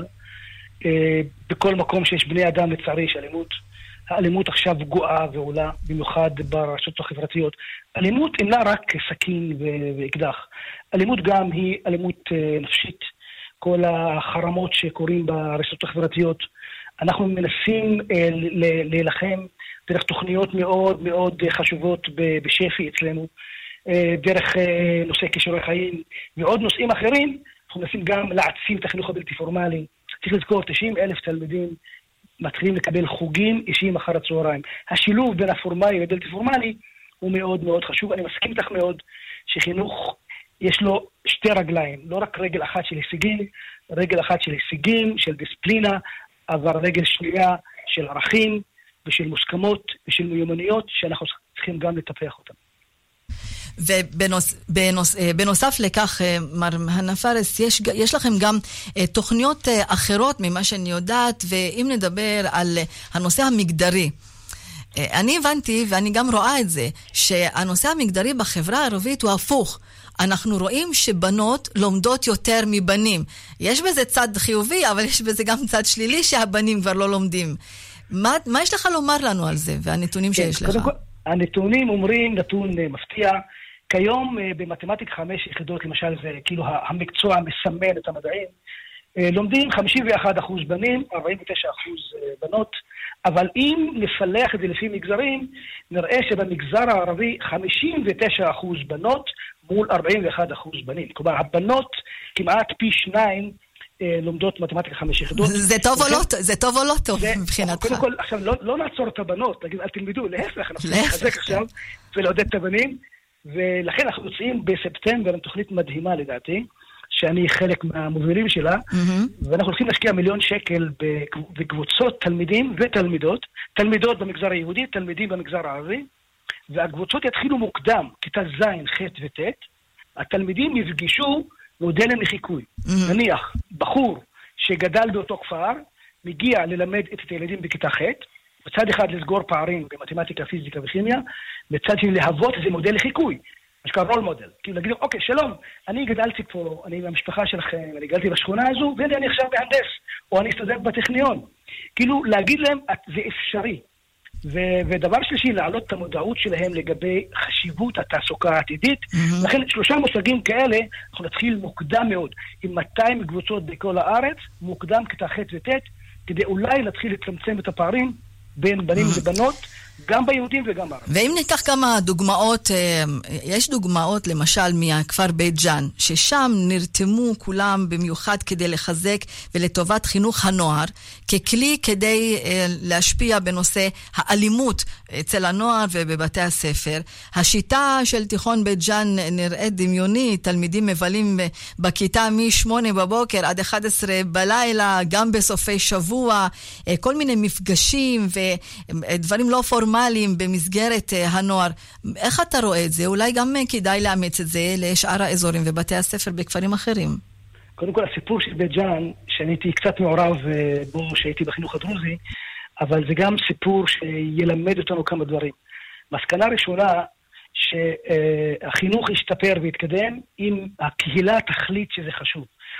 S13: בכל מקום שיש בני אדם לצערי יש אלימות. האלימות עכשיו גואה ועולה, במיוחד ברשתות החברתיות. אלימות אינה רק סכין ואקדח. אלימות גם היא אלימות נפשית. כל החרמות שקורים ברשתות החברתיות. אנחנו מנסים להילחם דרך תוכניות מאוד מאוד חשובות בשפי אצלנו. דרך נושא כישורי חיים ועוד נושאים אחרים, אנחנו מנסים גם להעצים את החינוך הבלתי פורמלי. צריך לזכור, 90,000 תלמידים מתחילים לקבל חוגים אישיים אחר הצהריים. השילוב בין הפורמלי ובלתי פורמלי הוא מאוד מאוד חשוב. אני מסכים איתך מאוד שחינוך יש לו 2 רגליים, לא רק רגל אחת של הישגים, רגל אחת של הישגים, של דיסציפלינה, אבל רגל שנייה של ערכים ושל מוסכמות ושל מיומנויות שאנחנו צריכים גם לטפח אותם.
S1: ובנוסף לכך, מר מהנא פארס, יש לכם גם תוכניות אחרות ממה שאני יודעת, ואם נדבר על הנושא המגדרי, אני הבנתי ואני גם רואה את זה, שהנושא המגדרי בחברה הערבית הוא הפוך. אנחנו רואים שבנות לומדות יותר מבנים. יש בזה צד חיובי, אבל יש בזה גם צד שלילי שהבנים כבר לא לומדים. מה יש לך לומר לנו על זה והנתונים שיש לך?
S13: הנתונים אומרים נתון מפתיע. כיום במתמטיקה 5 יחידות, למשל זה כאילו המקצוע מסמן את המדעים, לומדים 51% בנים, 49% בנות, אבל אם נפלח את זה לפי מגזרים, נראה שבמגזר הערבי 59% בנות מול 41% בנים. כלומר, הבנות כמעט פי 2 לומדות מתמטיקה 5 יחידות.
S1: זה טוב או לא טוב מבחינתך?
S13: קודם כל, עכשיו לא נעצור את הבנות, נגיד, אל תלמדו, להפך, אנחנו נחזק עכשיו ולעודד את הבנים, ולכן אנחנו יוצאים בספטמבר עם תוכנית מדהימה לדעתי, שאני חלק מהמובילים שלה, ואנחנו הולכים להשקיע 1,000,000 שקל בקבוצות תלמידים ותלמידות, תלמידות במגזר היהודי, תלמידים במגזר הערבי, והקבוצות יתחילו מוקדם, כיתה ז', ח' וט', התלמידים יפגשו מודלים לחיקוי. נניח, בחור שגדל באותו כפר, מגיע ללמד את הילדים בכיתה ח', בצד אחד לסגור פערים במתמטיקה, פיזיקה וכימיה, בצד שני להוות איזה מודל לחיקוי, משקע רול מודל. כאילו להגיד, אוקיי, שלום, אני גדלתי פה, אני במשפחה שלכם, אני גדלתי בשכונה הזו, והנה אני עכשיו מהנדס, או אני סטודנט בטכניון. כאילו להגיד להם, זה אפשרי. ודבר שלישי, להעלות את המודעות שלהם לגבי חשיבות התעסוקה העתידית. לכן 3 מושגים כאלה, אנחנו נתחיל מוקדם מאוד, עם 200 קבוצות בכל הארץ, מוקדם כיתה ח' וט', כדי אולי להתחיל לצמצם את הפערים בין בנים ובנות, גם ביהודים וגם בערבים.
S1: ואם ניקח כמה דוגמאות, יש דוגמאות למשל מהכפר בית ג'אן, ששם נרתמו כולם במיוחד כדי לחזק ולטובת חינוך הנוער, ככלי כדי להשפיע בנושא האלימות אצל הנוער ובבתי הספר. השיטה של תיכון בית ג'אן נראית דמיונית, תלמידים מבלים בכיתה מ-8 בבוקר עד 11 בלילה, גם בסופי שבוע, כל מיני מפגשים ודברים לא פורמליים במסגרת הנוער. איך אתה רואה את זה? אולי גם כדאי לאמץ את זה לשאר האזורים ובתי הספר בכפרים אחרים.
S13: קודם כל, הסיפור של בית ג'אן, שאני הייתי קצת מעורב בו שהייתי בחינוך הדרוזי, אבל זה גם סיפור שילמד אותנו כמה דברים. מסקנה ראשונה, שהחינוך ישתפר ויתקדם אם הקהילה תחליט שזה חשוב.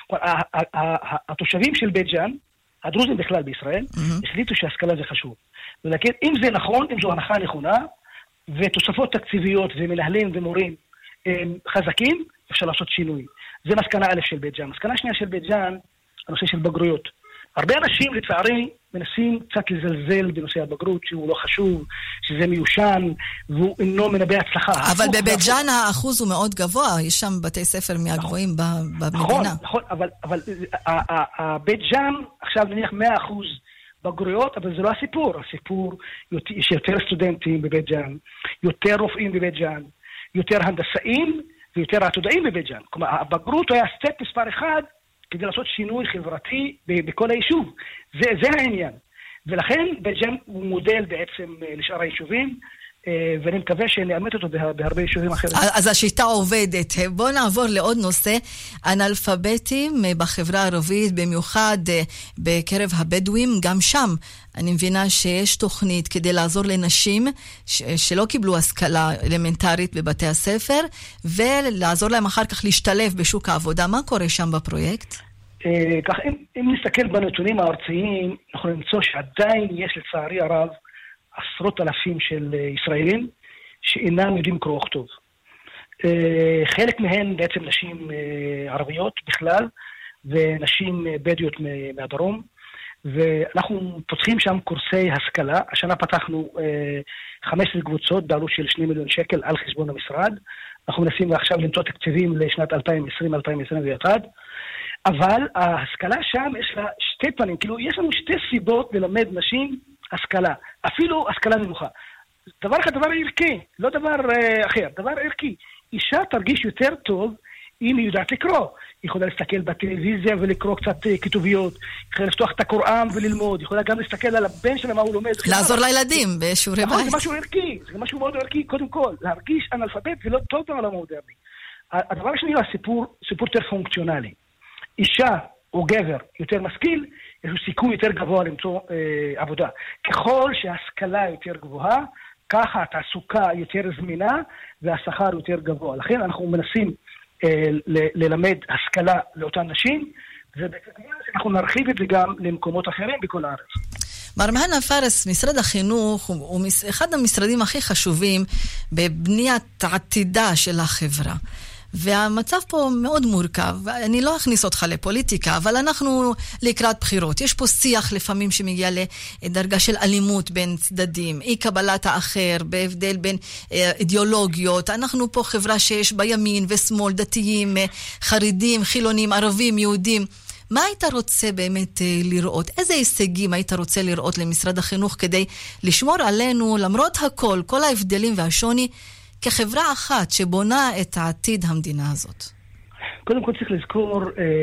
S13: התושבים של בית ג'אן, הדרוזים בכלל בישראל, החליטו שההשכלה זה חשוב. ולכן, אם זה נכון, אם זו הנחה נכונה, ותוספות תקציביות ומנהלים ומורים חזקים, אפשר לעשות שינוי. זה מסקנה א' של בית ג'אן. מסקנה שנייה של בית ג'אן, הנושא של בגרויות. הרבה אנשים, לצערי, מנסים קצת לזלזל בנושא הבגרות, שהוא לא חשוב, שזה מיושן, והוא אינו מנבא הצלחה.
S1: אבל בבית ג'אן האחוז הוא מאוד גבוה, יש שם בתי ספר מהגבוהים במדינה.
S13: נכון, אבל בית ג'אן, עכשיו נניח 100% בגרויות, אבל זה לא הסיפור. הסיפור, יש יותר סטודנטים בבית ג'אן, יותר רופאים בבית ג'אן, יותר הנדסאים ויותר עתודאים בבית ג'אן. כלומר, הבגרות היה סטפ מספר 1 כדי לעשות שינוי חברתי בכל היישוב. זה העניין. ולכן בית ג'אן הוא מודל בעצם לשאר היישובים, ואני מקווה שנאמת אותו בהרבה יישובים אחרים.
S1: אז השיטה עובדת. בואו נעבור לעוד נושא. אנאלפביתים בחברה הערבית, במיוחד בקרב הבדואים, גם שם אני מבינה שיש תוכנית כדי לעזור לנשים שלא קיבלו השכלה אלמנטרית בבתי הספר, ולעזור להם אחר כך להשתלב בשוק העבודה. מה קורה שם בפרויקט?
S13: כך, אם נסתכל בנתונים הארציים, אנחנו נמצוא שעדיין יש לצערי הרב עשרות אלפים של ישראלים שאינם יודעים קרוא וכתוב. חלק מהן בעצם נשים ערביות בכלל, ונשים בדואיות מהדרום, ואנחנו פותחים שם קורסי השכלה. השנה פתחנו 15 קבוצות בעלות של 2 מיליון שקל על חשבון המשרד. אנחנו מנסים עכשיו למצוא תקציבים לשנת 2020-2021, אבל ההשכלה שם יש לה שתי פנים, כאילו יש לנו שתי סיבות ללמד נשים השכלה, אפילו השכלה נמוכה. דבר אחד, דבר ערכי, לא דבר אחר, דבר ערכי. אישה תרגיש יותר טוב אם היא יודעת לקרוא. היא יכולה להסתכל בטלוויזיה ולקרוא קצת כתוביות, היא יכולה לפתוח את הקוראן וללמוד, היא יכולה גם להסתכל על הבן שלה מה הוא לומד.
S1: לעזור לילדים בשיעורי בית.
S13: זה משהו ערכי, זה משהו מאוד ערכי, קודם כל. להרגיש אנאלפבית זה לא טוב בעולם המודרני. הדבר השני הוא סיפור יותר פונקציונלי. אישה או גבר יותר משכיל, יש לו סיכוי יותר גבוה למצוא עבודה. ככל שההשכלה יותר גבוהה, ככה התעסוקה יותר זמינה והשכר יותר גבוה. לכן אנחנו מנסים ללמד השכלה לאותן נשים, ואנחנו נרחיב את זה גם למקומות אחרים בכל הארץ.
S1: מר מהנא פארס, משרד החינוך הוא אחד המשרדים הכי חשובים בבניית עתידה של החברה. והמצב פה מאוד מורכב. אני לא אכניס אותך לפוליטיקה, אבל אנחנו לקראת בחירות. יש פה שיח לפעמים שמגיע לדרגה של אלימות בין צדדים, אי קבלת האחר, בהבדל בין אידיאולוגיות. אנחנו פה חברה שיש בה ימין ושמאל, דתיים, חרדים, חילונים, ערבים, יהודים. מה היית רוצה באמת לראות? איזה הישגים היית רוצה לראות למשרד החינוך כדי לשמור עלינו, למרות הכל, כל ההבדלים והשוני, כחברה אחת שבונה את העתיד המדינה הזאת?
S13: קודם כל צריך לזכור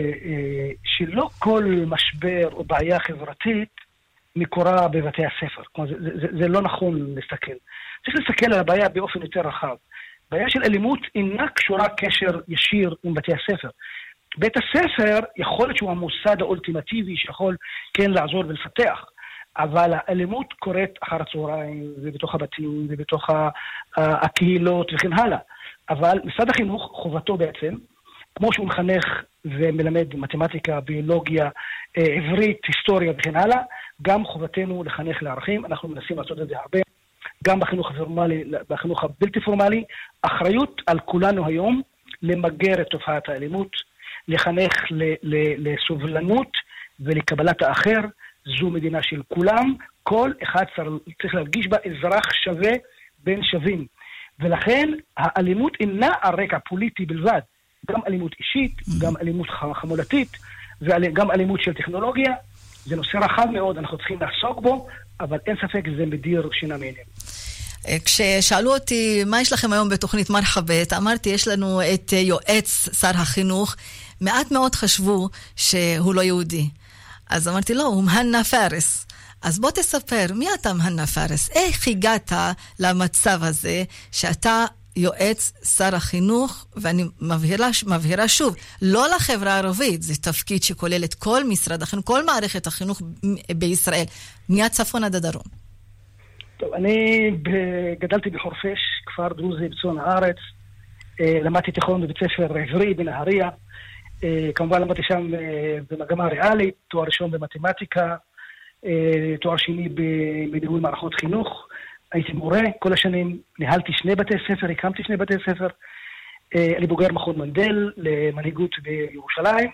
S13: שלא כל משבר או בעיה חברתית מקורה בבתי הספר. כלומר, זה לא נכון להסתכל. צריך להסתכל על הבעיה באופן יותר רחב. בעיה של אלימות אינה קשורה קשר ישיר עם בתי הספר. בית הספר יכול להיות שהוא המוסד האולטימטיבי שיכול כן לעזור ולפתח, אבל האלימות קורית אחר הצהריים ובתוך הבתים ובתוך הקהילות וכן הלאה. אבל משרד החינוך חובתו בעצם, כמו שהוא מחנך ומלמד מתמטיקה, ביולוגיה, עברית, היסטוריה וכן הלאה, גם חובתנו לחנך לערכים. אנחנו מנסים לעשות את זה הרבה, גם בחינוך הפורמלי, בחינוך הבלתי פורמלי. אחריות על כולנו היום למגר את תופעת האלימות, לחנך לסובלנות ולקבלת האחר. זו מדינה של כולם, כל אחד צריך להרגיש בה אזרח שווה בין שווים. ולכן האלימות אינה על רקע פוליטי בלבד, גם אלימות אישית, גם אלימות חמולתית, וגם אלימות של טכנולוגיה. זה נושא רחב מאוד, אנחנו צריכים לעסוק בו, אבל אין ספק זה מדיר שינה מעינינו.
S1: כששאלו אותי מה יש לכם היום בתוכנית מרחבת, אמרתי יש לנו את יועץ שר החינוך, מעט מאוד חשבו שהוא לא יהודי. אז אמרתי לו, הוא מהנה פארס. אז בוא תספר, מי אתה מהנה פארס? איך הגעת למצב הזה שאתה יועץ שר החינוך, ואני מבהירה שוב, לא לחברה הערבית, זה תפקיד שכולל את כל משרד החינוך, כל מערכת החינוך בישראל, מהצפון עד הדרום.
S13: טוב, אני גדלתי בחורפיש, כפר דרוזי בצפון הארץ, למדתי תיכון בבית ספר עברי בנהריה, כמובן למדתי שם במגמה ריאלית, תואר ראשון במתמטיקה, תואר שני בניהול מערכות חינוך, הייתי מורה כל השנים, ניהלתי 2 בתי ספר, הקמתי 2 בתי ספר, אני בוגר מכון מנדל למנהיגות בירושלים,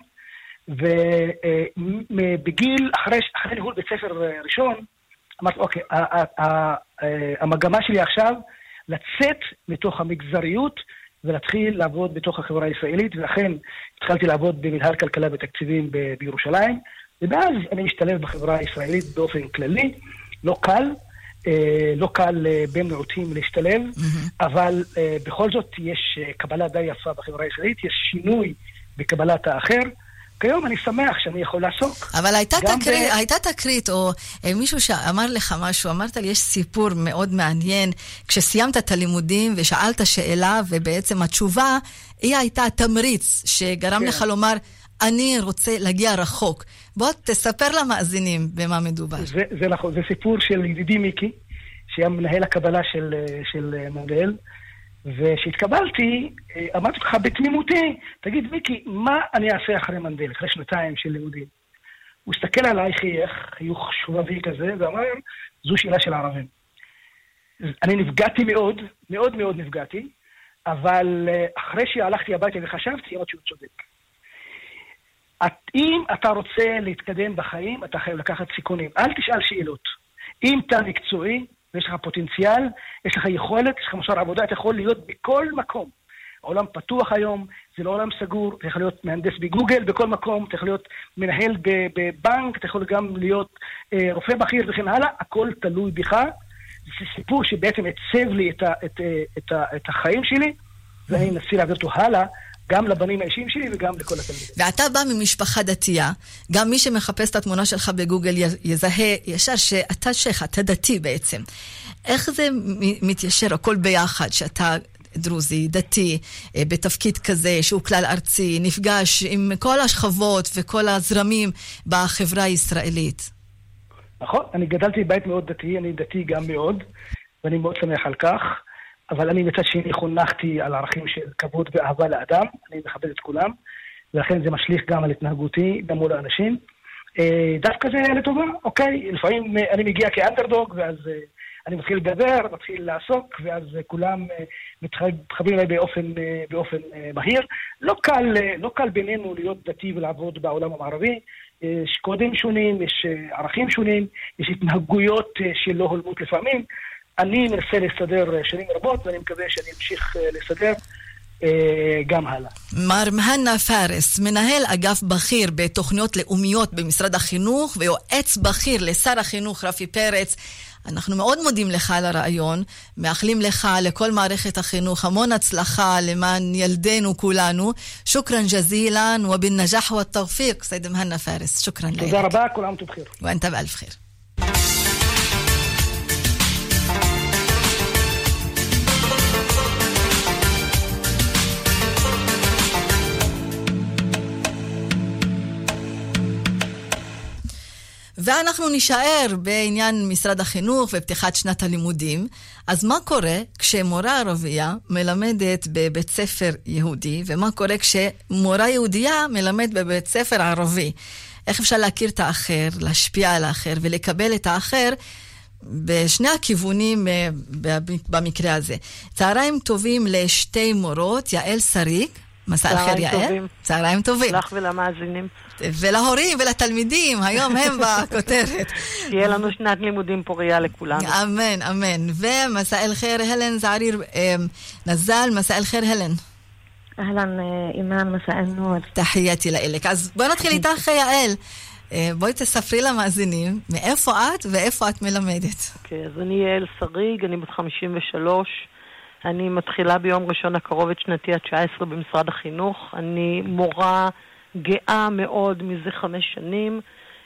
S13: ובגיל, אחרי ניהול בית ספר ראשון, אמרתי, אוקיי, המגמה שלי עכשיו, לצאת מתוך המגזריות, ולהתחיל לעבוד בתוך החברה הישראלית, ואכן התחלתי לעבוד במנהל כלכלה ותקציבים בירושלים, ומאז אני משתלב בחברה הישראלית באופן כללי, לא קל בין מיעוטים להשתלב, אבל בכל זאת יש קבלה די יפה בחברה הישראלית, יש שינוי בקבלת האחר, כיום אני שמח שאני יכול לעסוק.
S1: אבל הייתה תקרית, או מישהו שאמר לך משהו, אמרת לי, יש סיפור מאוד מעניין, כשסיימת את הלימודים ושאלת שאלה, ובעצם התשובה, היא הייתה תמריץ, שגרם לך לומר, אני רוצה להגיע רחוק. בוא תספר למאזינים במה מדובר.
S13: זה נכון, זה סיפור של ידידי מיקי, שהיה מנהל הקבלה של מנדל, ושהתקבלתי, אמרתי לך בתמימותי, תגיד מיקי, מה אני אעשה אחרי מנדל, אחרי 2 של לימודים? הוא הסתכל עליי חיוך שובבי כזה, ואמר, זו שאלה של הערבים. אני נפגעתי מאוד, מאוד מאוד נפגעתי, אבל אחרי שהלכתי הביתה וחשבתי, אמרתי שהוא צודק. אם אתה רוצה להתקדם בחיים, אתה חייב לקחת סיכונים. אל תשאל שאלות. אם אתה מקצועי, ויש לך פוטנציאל, יש לך יכולת, יש לך מוסר עבודה, אתה יכול להיות בכל מקום. העולם פתוח היום, זה לא עולם סגור, אתה יכול להיות מהנדס בגוגל בכל מקום, אתה יכול להיות מנהל בבנק, אתה יכול גם להיות רופא בכיר וכן הלאה, הכל תלוי בך. זה סיפור שבעצם הצב לי את החיים שלי, ואני מנסה להעביר אותו הלאה, גם לבנים האישיים שלי וגם לכל התלמידים.
S1: ואתה בא ממשפחה דתייה, גם מי שמחפש את התמונה שלך בגוגל יזהה ישר שאתה שייך, אתה דתי בעצם. איך זה מתיישר הכל ביחד, שאתה דרוזי, דתי, בתפקיד כזה שהוא כלל ארצי, נפגש עם כל השכבות וכל הזרמים בחברה הישראלית?
S13: נכון, אני גדלתי בבית מאוד דתי, אני דתי גם מאוד, ואני מאוד שמח על כך. אבל אני מצד שני חונכתי על ערכים של כבוד ואהבה לאדם, אני מכבד את כולם, ולכן זה משליך גם על התנהגותי, גם מול האנשים. דווקא זה לטובה, אוקיי, לפעמים אני מגיע כאנדרדוג, ואז אני מתחיל לדבר, מתחיל לעסוק, ואז כולם מתחברים אליי באופן מהיר. לא קל בינינו להיות דתי ולעבוד בעולם המערבי, יש קודים שונים, יש ערכים שונים, יש התנהגויות שלא הולמות לפעמים, אני מנסה לסדר שנים רבות, ואני מקווה שאני אמשיך לסדר גם הלאה.
S1: מר מהנה פארס, מנהל אגף בכיר בתוכניות לאומיות במשרד החינוך, ויועץ בכיר לשר החינוך רפי פרץ. אנחנו מאוד מודים לך על הרעיון, מאחלים לך לכל מערכת החינוך המון הצלחה למען ילדינו כולנו. שukran ג'זילן ובנג'ח והתawfiq סייד מהנה פארס. שukran לך.
S13: תודה רבה, כל עام ובחיר.
S1: ואנت באלף חיר. ואנחנו נשאר בעניין משרד החינוך ופתיחת שנת הלימודים. אז מה קורה כשמורה ערבייה מלמדת בבית ספר יהודי, ומה קורה כשמורה יהודייה מלמד בבית ספר ערבי? איך אפשר להכיר את האחר, להשפיע על האחר ולקבל את האחר בשני הכיוונים במקרה הזה? צהריים טובים לשתי מורות, יעל שריג, מסע אחר יעל. צהריים טובים.
S14: לך ולמאזינים.
S1: ולהורים ולתלמידים, היום הם בכותרת.
S14: תהיה לנו שנת לימודים פוריה לכולנו.
S1: אמן, אמן. ומסע אל חיר הלן זעריר נזל, מסע אל חיר הלן.
S15: אהלן אימן, מסע אל נור.
S1: תחייתי לאלק. אז בואי נתחיל איתך יעל. בואי תספרי למאזינים מאיפה את ואיפה את מלמדת.
S14: אוקיי, אז אני יעל שריג, אני בת 53. אני מתחילה ביום ראשון הקרוב את שנתי ה-19 במשרד החינוך. אני מורה גאה מאוד מזה 5 שנים,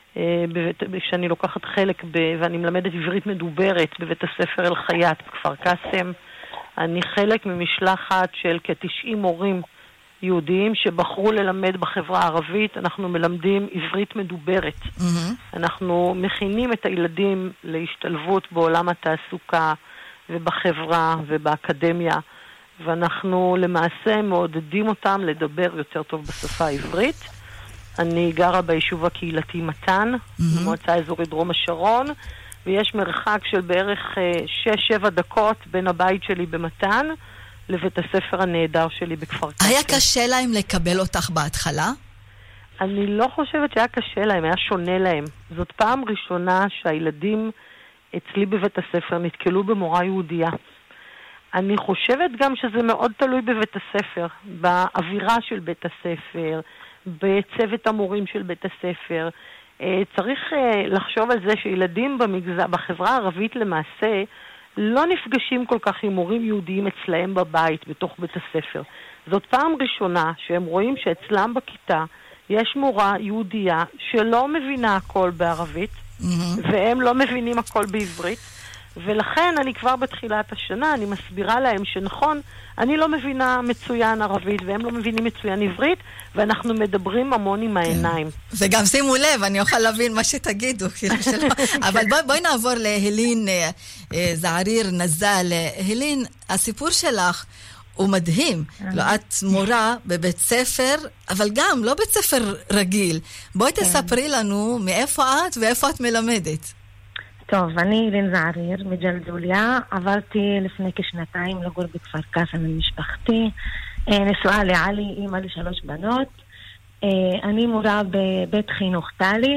S14: שאני לוקחת חלק ואני מלמדת עברית מדוברת בבית הספר אל חייט בכפר קאסם. אני חלק ממשלחת של כ-90 מורים יהודיים שבחרו ללמד בחברה הערבית. אנחנו מלמדים עברית מדוברת. אנחנו מכינים את הילדים להשתלבות בעולם התעסוקה ובחברה ובאקדמיה, ואנחנו למעשה מעודדים אותם לדבר יותר טוב בשפה העברית. אני גרה ביישוב הקהילתי מתן, במועצה אזורית דרום השרון, ויש מרחק של בערך 6-7 דקות בין הבית שלי במתן לבית הספר הנהדר שלי בכפר קאסם.
S1: היה קשה להם לקבל אותך בהתחלה?
S14: אני לא חושבת שהיה קשה להם, היה שונה להם. זאת פעם ראשונה שהילדים אצלי בבית הספר נתקלו במורה יהודייה. אני חושבת גם שזה מאוד תלוי בבית הספר, באווירה של בית הספר, בצוות המורים של בית הספר. צריך לחשוב על זה שילדים בחברה הערבית למעשה לא נפגשים כל כך עם מורים יהודיים אצלהם בבית, בתוך בית הספר. זאת פעם ראשונה שהם רואים שאצלם בכיתה יש מורה יהודייה שלא מבינה הכל בערבית, והם לא מבינים הכל בעברית, ולכן אני כבר בתחילת השנה, אני מסבירה להם שנכון, אני לא מבינה מצוין ערבית, והם לא מבינים מצוין עברית, ואנחנו מדברים המון עם העיניים.
S1: וגם שימו לב, אני אוכל להבין מה שתגידו, אבל בואי נעבור להלין זעריר נזל. הלין, הסיפור שלך הוא מדהים. את מורה בבית ספר, אבל גם לא בית ספר רגיל. בואי תספרי לנו מאיפה את ואיפה את מלמדת.
S15: טוב, אני לין זעריר מג'לג'וליה, עברתי לפני כשנתיים לגור בכפר קאסם עם משפחתי, נשואה לעלי, אימא ל3 בנות. אני מורה בבית חינוך טלי.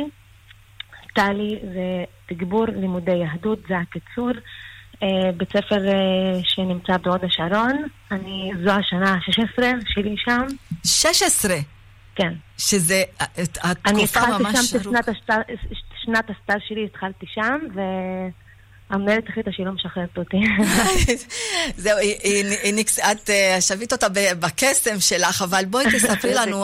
S15: טלי זה תגבור לימודי יהדות, זה הקיצור. בית ספר שנמצא בהוד השרון. זו השנה ה-16 שלי שם.
S1: 16?
S15: כן.
S1: שזה התקופה ממש
S15: ארוכה. שנת הסטאז' שלי התחלתי שם, והמנהלת החליטה שהיא לא משחררת אותי.
S1: זהו, את שבית אותה בקסם שלך, אבל בואי תספרי לנו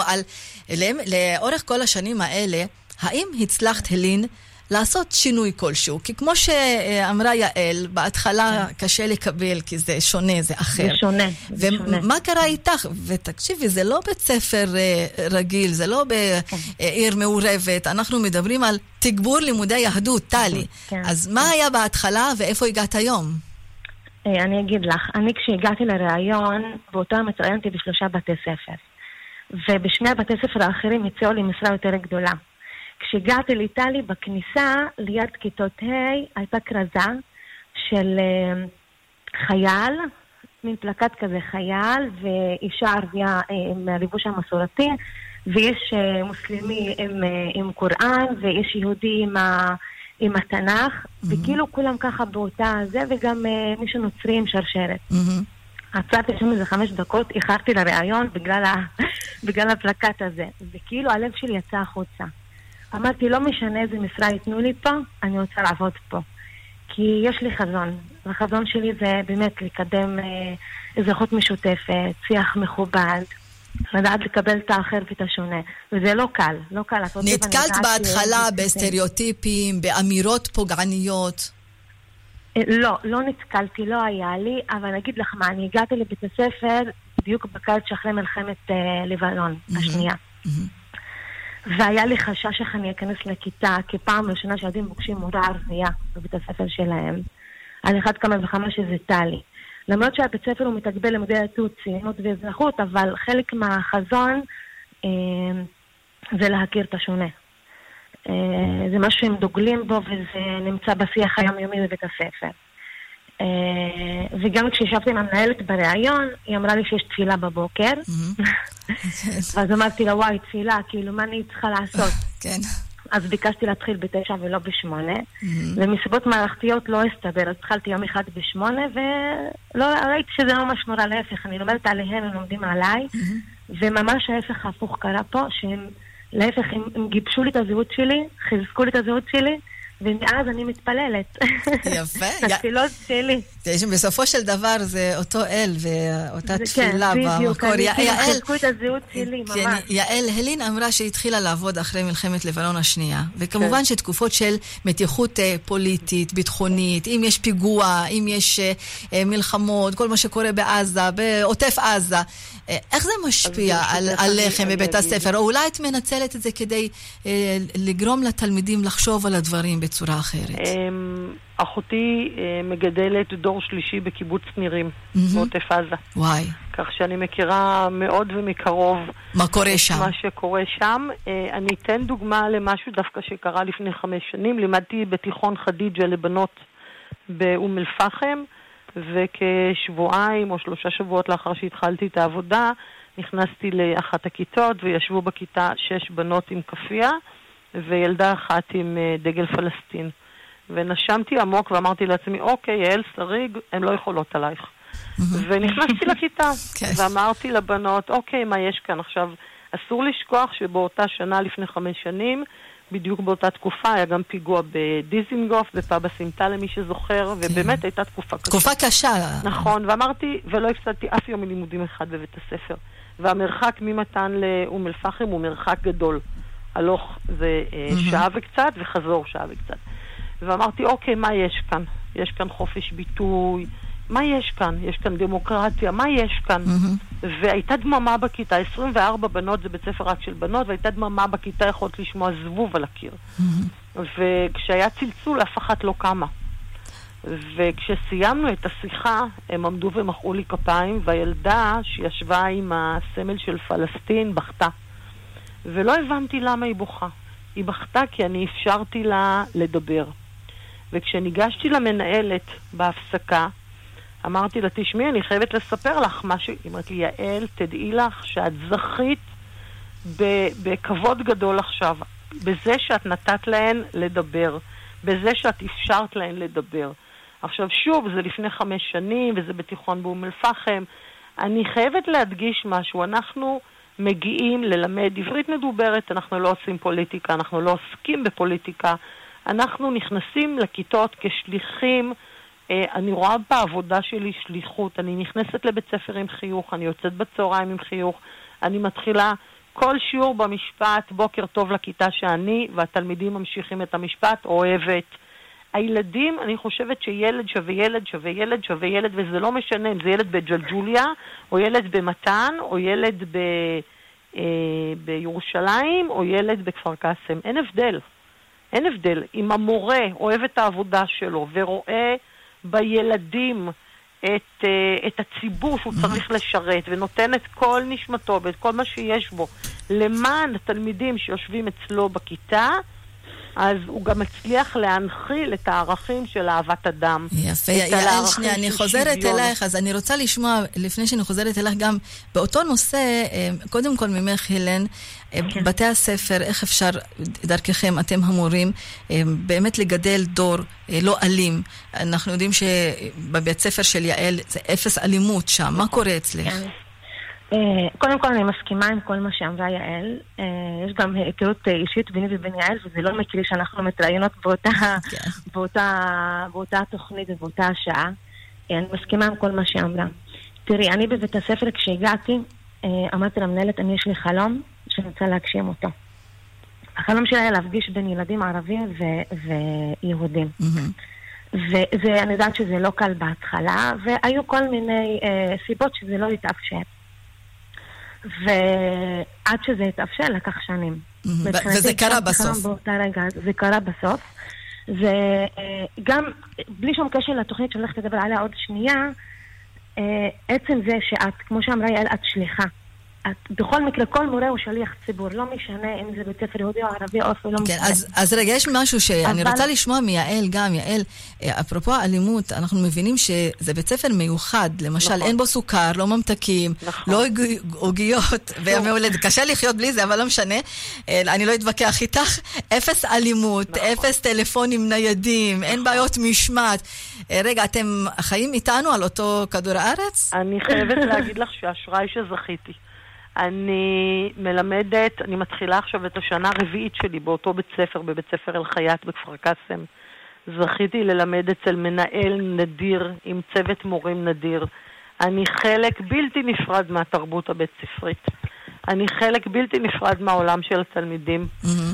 S1: לאורך כל השנים האלה, האם הצלחת הלין לעשות שינוי כלשהו? כי כמו שאמרה יעל, בהתחלה קשה לקבל, כי זה שונה, זה אחר.
S15: זה שונה.
S1: ומה קרה איתך? ותקשיבי, זה לא בית ספר רגיל, זה לא בעיר מעורבת, אנחנו מדברים על תגבור לימודי יהדות, טלי. אז מה היה בהתחלה ואיפה הגעת היום?
S15: אני אגיד לך, אני כשהגעתי לראיון, באותו מצויינתי ב3 בתי ספר. ובשני הבתי ספר האחרים הציעו לי משרה יותר גדולה. כשהגעתי לאיטלי בכניסה, ליד כיתות ה' הייתה כרזה של חייל, מין פלקט כזה חייל, ואישה ערבייה מהלבוש המסורתי, ויש מוסלמי עם קוראן, ויש יהודי עם התנ"ך, וכאילו כולם ככה באותה זה, וגם מישהו נוצרי עם שרשרת. עצרתי שם איזה 5 דקות, איחרתי לראיון בגלל הפלקט הזה, וכאילו הלב שלי יצא החוצה. אמרתי, לא משנה איזה משרה ייתנו לי פה, אני רוצה לעבוד פה. כי יש לי חזון. והחזון שלי זה באמת לקדם אזרחות משותפת, שיח מכובד, לדעת לקבל את האחר ואת השונה. וזה לא קל, לא קל.
S1: נתקלת בהתחלה בסטריאוטיפים, באמירות פוגעניות?
S15: לא נתקלתי, לא היה לי, אבל נגיד לך מה, אני הגעתי לבית הספר בדיוק בקיץ שאחרי מלחמת לבנון השנייה. והיה לי חשש איך אני אכנס לכיתה, כי פעם ראשונה שילדים פוגשים מורה ערבייה בבית הספר שלהם. על אחד כמה וכמה שזה טלי. למרות שהבית ספר הוא מתגבר לימודי יהדות, ציונות ואזרחות, אבל חלק מהחזון זה להכיר את השונה. זה משהו שהם דוגלים בו, וזה נמצא בשיח היומיומי בבית הספר. וגם כשישבתי עם המנהלת בראיון, היא אמרה לי שיש תפילה בבוקר. ואז אמרתי לה, וואי, תפילה, כאילו, מה אני צריכה לעשות?
S1: כן.
S15: אז ביקשתי להתחיל ב9 ולא ב8, ומסיבות מערכתיות לא הסתבר, אז התחלתי יום אחד ב8, ולא ראיתי שזה ממש נורא להפך, אני לומדת עליהם, הם לומדים עליי, וממש ההפך ההפוך קרה פה, שהם להפך, הם גיבשו לי את הזהות שלי, חיזקו לי את הזהות שלי, ומאז אני מתפללת.
S1: יפה.
S15: התפילות שלי.
S1: בסופו של דבר זה אותו אל ואותה תפילה במקור.
S15: חיזקו את הזהות שלי, ממש.
S1: יעל, הלין אמרה שהתחילה לעבוד אחרי מלחמת לבנון השנייה, וכמובן שתקופות של מתיחות פוליטית, ביטחונית, אם יש פיגוע, אם יש מלחמות, כל מה שקורה בעזה, בעוטף עזה, איך זה משפיע עליכם בבית הספר? או אולי את מנצלת את זה כדי לגרום לתלמידים לחשוב על הדברים בצורה אחרת?
S14: אחותי מגדלת דור שלישי בקיבוץ נירים, בעוטף עזה.
S1: וואי.
S14: כך שאני מכירה מאוד ומקרוב
S1: מה קורה שם.
S14: מה שקורה שם. אני אתן דוגמה למשהו דווקא שקרה לפני 5 שנים. לימדתי בתיכון חדיג'ה לבנות באום אל-פחם, וכשבועיים או 3 שבועות לאחר שהתחלתי את העבודה, נכנסתי לאחת הכיתות וישבו בכיתה 6 בנות עם כפייה, וילדה אחת עם דגל פלסטין. ונשמתי עמוק ואמרתי לעצמי, אוקיי, יעל שריג, הן לא יכולות עלייך. ונכנסתי לכיתה, ואמרתי לבנות, אוקיי, מה יש כאן? עכשיו, אסור לשכוח שבאותה שנה לפני 5 שנים, בדיוק באותה תקופה, היה גם פיגוע בדיזינגוף, בפאב הסמטה למי שזוכר, ובאמת הייתה תקופה קשה.
S1: תקופה קשה.
S14: נכון, ואמרתי, ולא הפסדתי אף יום מלימודים אחד בבית הספר. והמרחק ממתן לאום אל-פחם הוא מרחק גדול. הלוך זה שעה וקצת, וחזור שעה וקצת. ואמרתי, אוקיי, מה יש כאן? יש כאן חופש ביטוי, מה יש כאן? יש כאן דמוקרטיה, מה יש כאן? והייתה דממה בכיתה, 24 בנות, זה בית ספר רק של בנות, והייתה דממה בכיתה, יכולת לשמוע זבוב על הקיר. וכשהיה צלצול, אף אחת לא קמה. וכשסיימנו את השיחה, הם עמדו ומחאו לי כפיים, והילדה שישבה עם הסמל של פלסטין בכתה. ולא הבנתי למה היא בוכה. היא בכתה כי אני אפשרתי לה לדבר. וכשניגשתי למנהלת בהפסקה, אמרתי לה, תשמעי, אני חייבת לספר לך משהו. היא אמרת לי, יעל, תדעי לך שאת זכית בכבוד גדול עכשיו, בזה שאת נתת להן לדבר, בזה שאת אפשרת להן לדבר. עכשיו שוב, זה לפני 5 שנים, וזה בתיכון באום אל-פחם. אני חייבת להדגיש משהו, אנחנו מגיעים ללמד עברית מדוברת, אנחנו לא עושים פוליטיקה, אנחנו לא עוסקים בפוליטיקה, אנחנו נכנסים לכיתות כשליחים, אני רואה בעבודה שלי שליחות, אני נכנסת לבית ספר עם חיוך, אני יוצאת בצהריים עם חיוך, אני מתחילה כל שיעור במשפט, בוקר טוב לכיתה שאני, והתלמידים ממשיכים את המשפט, אוהבת. הילדים, אני חושבת שילד שווה ילד שווה ילד שווה ילד, וזה לא משנה אם זה ילד בג'לג'וליה, או ילד במתן, או ילד בירושלים, או ילד בכפר קאסם. אין הבדל. אין הבדל. אם המורה אוהב את העבודה שלו, ורואה בילדים את הציבור שהוא צריך לשרת, ונותן את כל נשמתו ואת כל מה שיש בו, למען התלמידים שיושבים אצלו בכיתה, אז הוא גם מצליח להנחיל את הערכים של אהבת אדם.
S1: יפה, יעל, שנייה, אני חוזרת אלייך, אז אני רוצה לשמוע, לפני שאני חוזרת אלייך גם, באותו נושא, קודם כל ממך, הלן, בתי הספר, איך אפשר, דרככם, אתם המורים, באמת לגדל דור לא אלים. אנחנו יודעים שבבית ספר של יעל, זה 0 אלימות שם, מה קורה אצלך?
S15: קודם כל אני מסכימה עם כל מה שאמרה יעל. יש גם היכרות אישית ביני ובין יעל, וזה לא מקרי שאנחנו מתראיינות באותה תוכנית ובאותה השעה. אני מסכימה עם כל מה שאמרה. תראי, אני בבית הספר כשהגעתי, אמרתי למנהלת, אני יש לי חלום שאני רוצה להגשים אותו. החלום שלי היה להפגיש בין ילדים ערבים ויהודים. ואני יודעת שזה לא קל בהתחלה, והיו כל מיני סיבות שזה לא יתאפשר. ועד שזה התאפשר לקח שנים.
S1: וזה קרה בסוף.
S15: זה קרה בסוף. זה גם, בלי שום קשר לתוכנית שהולכת לדבר עליה עוד שנייה, עצם זה שאת, כמו שאמרה יעל, את שליחה. בכל מקרה, כל מורה הוא שליח ציבור, לא משנה אם זה בית ספר יהודי או ערבי או אפילו לא משנה.
S1: אז רגע, יש משהו שאני רוצה לשמוע מיעל גם, יעל, אפרופו האלימות, אנחנו מבינים שזה בית ספר מיוחד, למשל אין בו סוכר, לא ממתקים, לא עוגיות, ומעולד, קשה לחיות בלי זה, אבל לא משנה, אני לא אתווכח איתך, אפס אלימות, אפס טלפונים ניידים, אין בעיות משמעת. רגע, אתם חיים איתנו על אותו כדור הארץ?
S14: אני חייבת להגיד לך שהאשראי שזכיתי. אני מלמדת, אני מתחילה עכשיו את השנה הרביעית שלי באותו בית ספר, בבית ספר אל חייט בכפר קאסם. זכיתי ללמד אצל מנהל נדיר עם צוות מורים נדיר. אני חלק בלתי נפרד מהתרבות הבית ספרית. אני חלק בלתי נפרד מהעולם של התלמידים.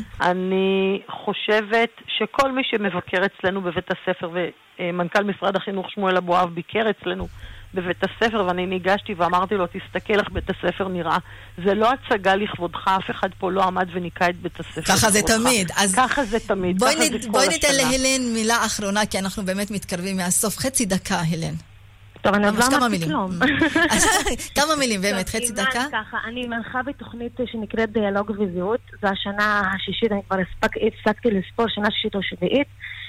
S14: אני חושבת שכל מי שמבקר אצלנו בבית הספר, ומנכ"ל משרד החינוך שמואל אבואב ביקר אצלנו בבית הספר, ואני ניגשתי ואמרתי לו, תסתכל איך בית הספר נראה. זה לא הצגה לכבודך, אף אחד פה לא עמד וניקה את בית הספר.
S1: ככה זה תמיד.
S14: ככה זה תמיד.
S1: בואי ניתן להלן מילה אחרונה, כי אנחנו באמת מתקרבים מהסוף. חצי דקה, הלן.
S15: טוב, אני עוד לא אמרתי כלום.
S1: כמה מילים, באמת, חצי דקה?
S15: אני מנחה בתוכנית שנקראת דיאלוג וזהות. זו השנה השישית, אני כבר הפסקתי לספור, שנה שישית או שביעית.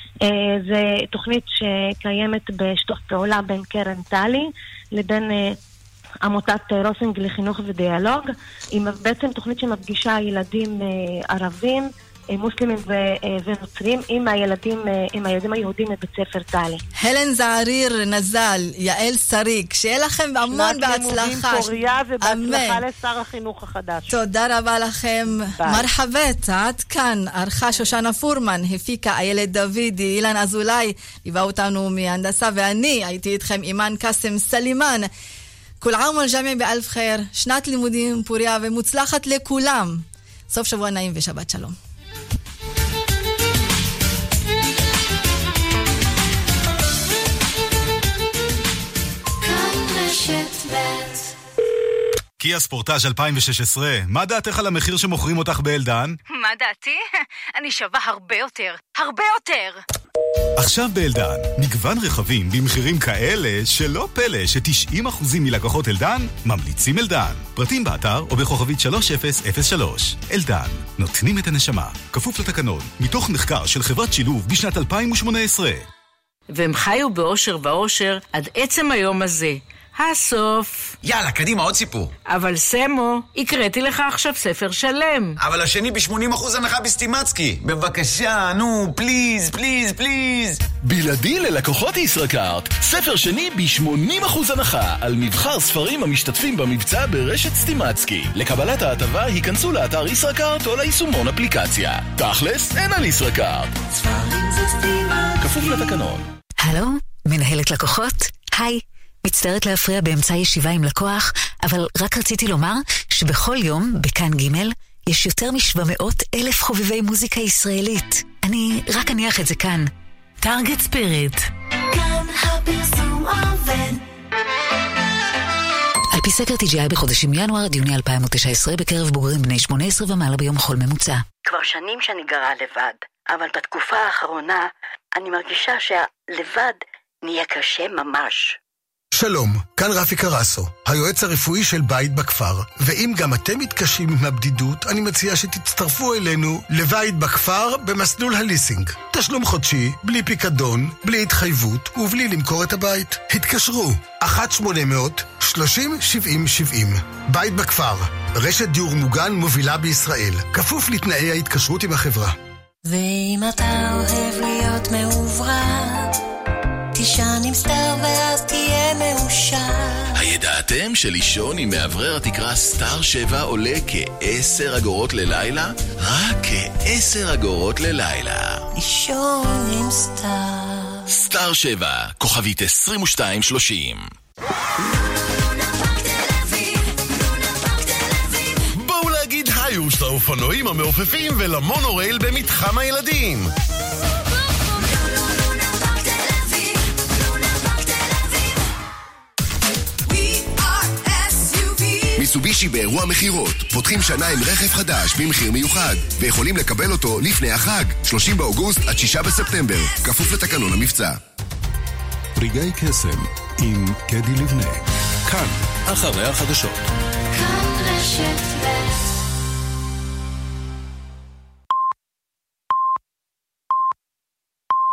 S15: זה תוכנית שקיימת בשיתוף פעולה בין קרן טלי לבין עמותת רוסינג לחינוך ודיאלוג. היא בעצם תוכנית שמפגישה ילדים ערבים, מוסלמים ונוצרים עם הילדים היהודים מבית ספר טלי.
S1: הלן זעריר נזל, יעל שריק, שיהיה לכם המון בהצלחה.
S14: שנת לימודים פוריה ובהצלחה לשר החינוך החדש.
S1: תודה רבה לכם. מרחבת, עד כאן ערכה שושנה פורמן, הפיקה איילת דוידי, אילן אזולאי, ליווה אותנו מהנדסה, ואני הייתי איתכם אימן קאסם סלימן. כל עام والجميع באלף חיר, שנת לימודים פוריה ומוצלחת לכולם. סוף שבוע נעים ושבת שלום.
S10: קיה ספורטאז' 2016, מה דעתך על המחיר שמוכרים אותך באלדן?
S16: מה דעתי? אני שווה הרבה יותר, הרבה יותר!
S10: עכשיו באלדן, מגוון רכבים במחירים כאלה שלא פלא ש90% מלקוחות אלדן ממליצים אלדן. פרטים באתר או בכוכבית 3003. אלדן, נותנים את הנשמה, כפוף לתקנון, מתוך מחקר של חברת שילוב בשנת 2018.
S4: והם חיו באושר ואושר עד עצם היום הזה. הסוף.
S5: יאללה, קדימה, עוד סיפור.
S4: אבל סמו, הקראתי לך עכשיו ספר שלם.
S5: אבל השני ב80% הנחה בסטימצקי. בבקשה, נו, פליז, פליז, פליז.
S6: בלעדי ללקוחות ישראכרט. ספר שני ב80% הנחה על מבחר ספרים המשתתפים במבצע ברשת סטימצקי. לקבלת ההטבה היכנסו לאתר ישראכרט או ליישומון אפליקציה. תכלס, אין על ישראכרט. ספרים זה סטימצקי. כפוף לתקנון.
S17: הלו, מנהלת לקוחות? היי. מצטערת להפריע באמצע ישיבה עם לקוח, אבל רק רציתי לומר שבכל יום, בכאן ג' יש יותר מ700,000 חובבי מוזיקה ישראלית. אני רק אניח את זה כאן. טארגט ספיריט. כאן הפרסום עובד. על פי סקר TGI בחודשים ינואר עד יוני 2019 בקרב בוגרים בני 18 ומעלה ביום חול ממוצע.
S7: כבר שנים שאני גרה לבד, אבל בתקופה האחרונה אני מרגישה שהלבד נהיה קשה ממש.
S8: שלום, כאן רפי קרסו, היועץ הרפואי של בית בכפר, ואם גם אתם מתקשים עם הבדידות, אני מציע שתצטרפו אלינו לבית בכפר במסלול הליסינג. תשלום חודשי, בלי פיקדון, בלי התחייבות ובלי למכור את הבית. התקשרו, 1-800-30-70-70. בית בכפר, רשת דיור מוגן מובילה בישראל, כפוף לתנאי ההתקשרות עם החברה.
S12: ואם אתה אוהב להיות מעוברת, תישן עם סטאר ואז תהיה מאושר.
S6: הידעתם שלישון עם מאוורר התקרה סטאר 7 עולה כ10 אגורות ללילה? רק כ10 אגורות ללילה.
S12: לישון עם סטאר.
S6: סטאר 7, כוכבית 2230. בואו להגיד היוש לאופנועים המעופפים ולמונורייל במתחם הילדים.
S3: מיצובישי באירוע מחירות. פותחים שנה עם רכב חדש במחיר מיוחד, ויכולים לקבל אותו לפני החג, 30 באוגוסט עד 6 בספטמבר, כפוף לתקנון המבצע.
S10: רגעי קסם עם קדי לבנה. כאן, אחרי החדשות.
S12: כאן רשת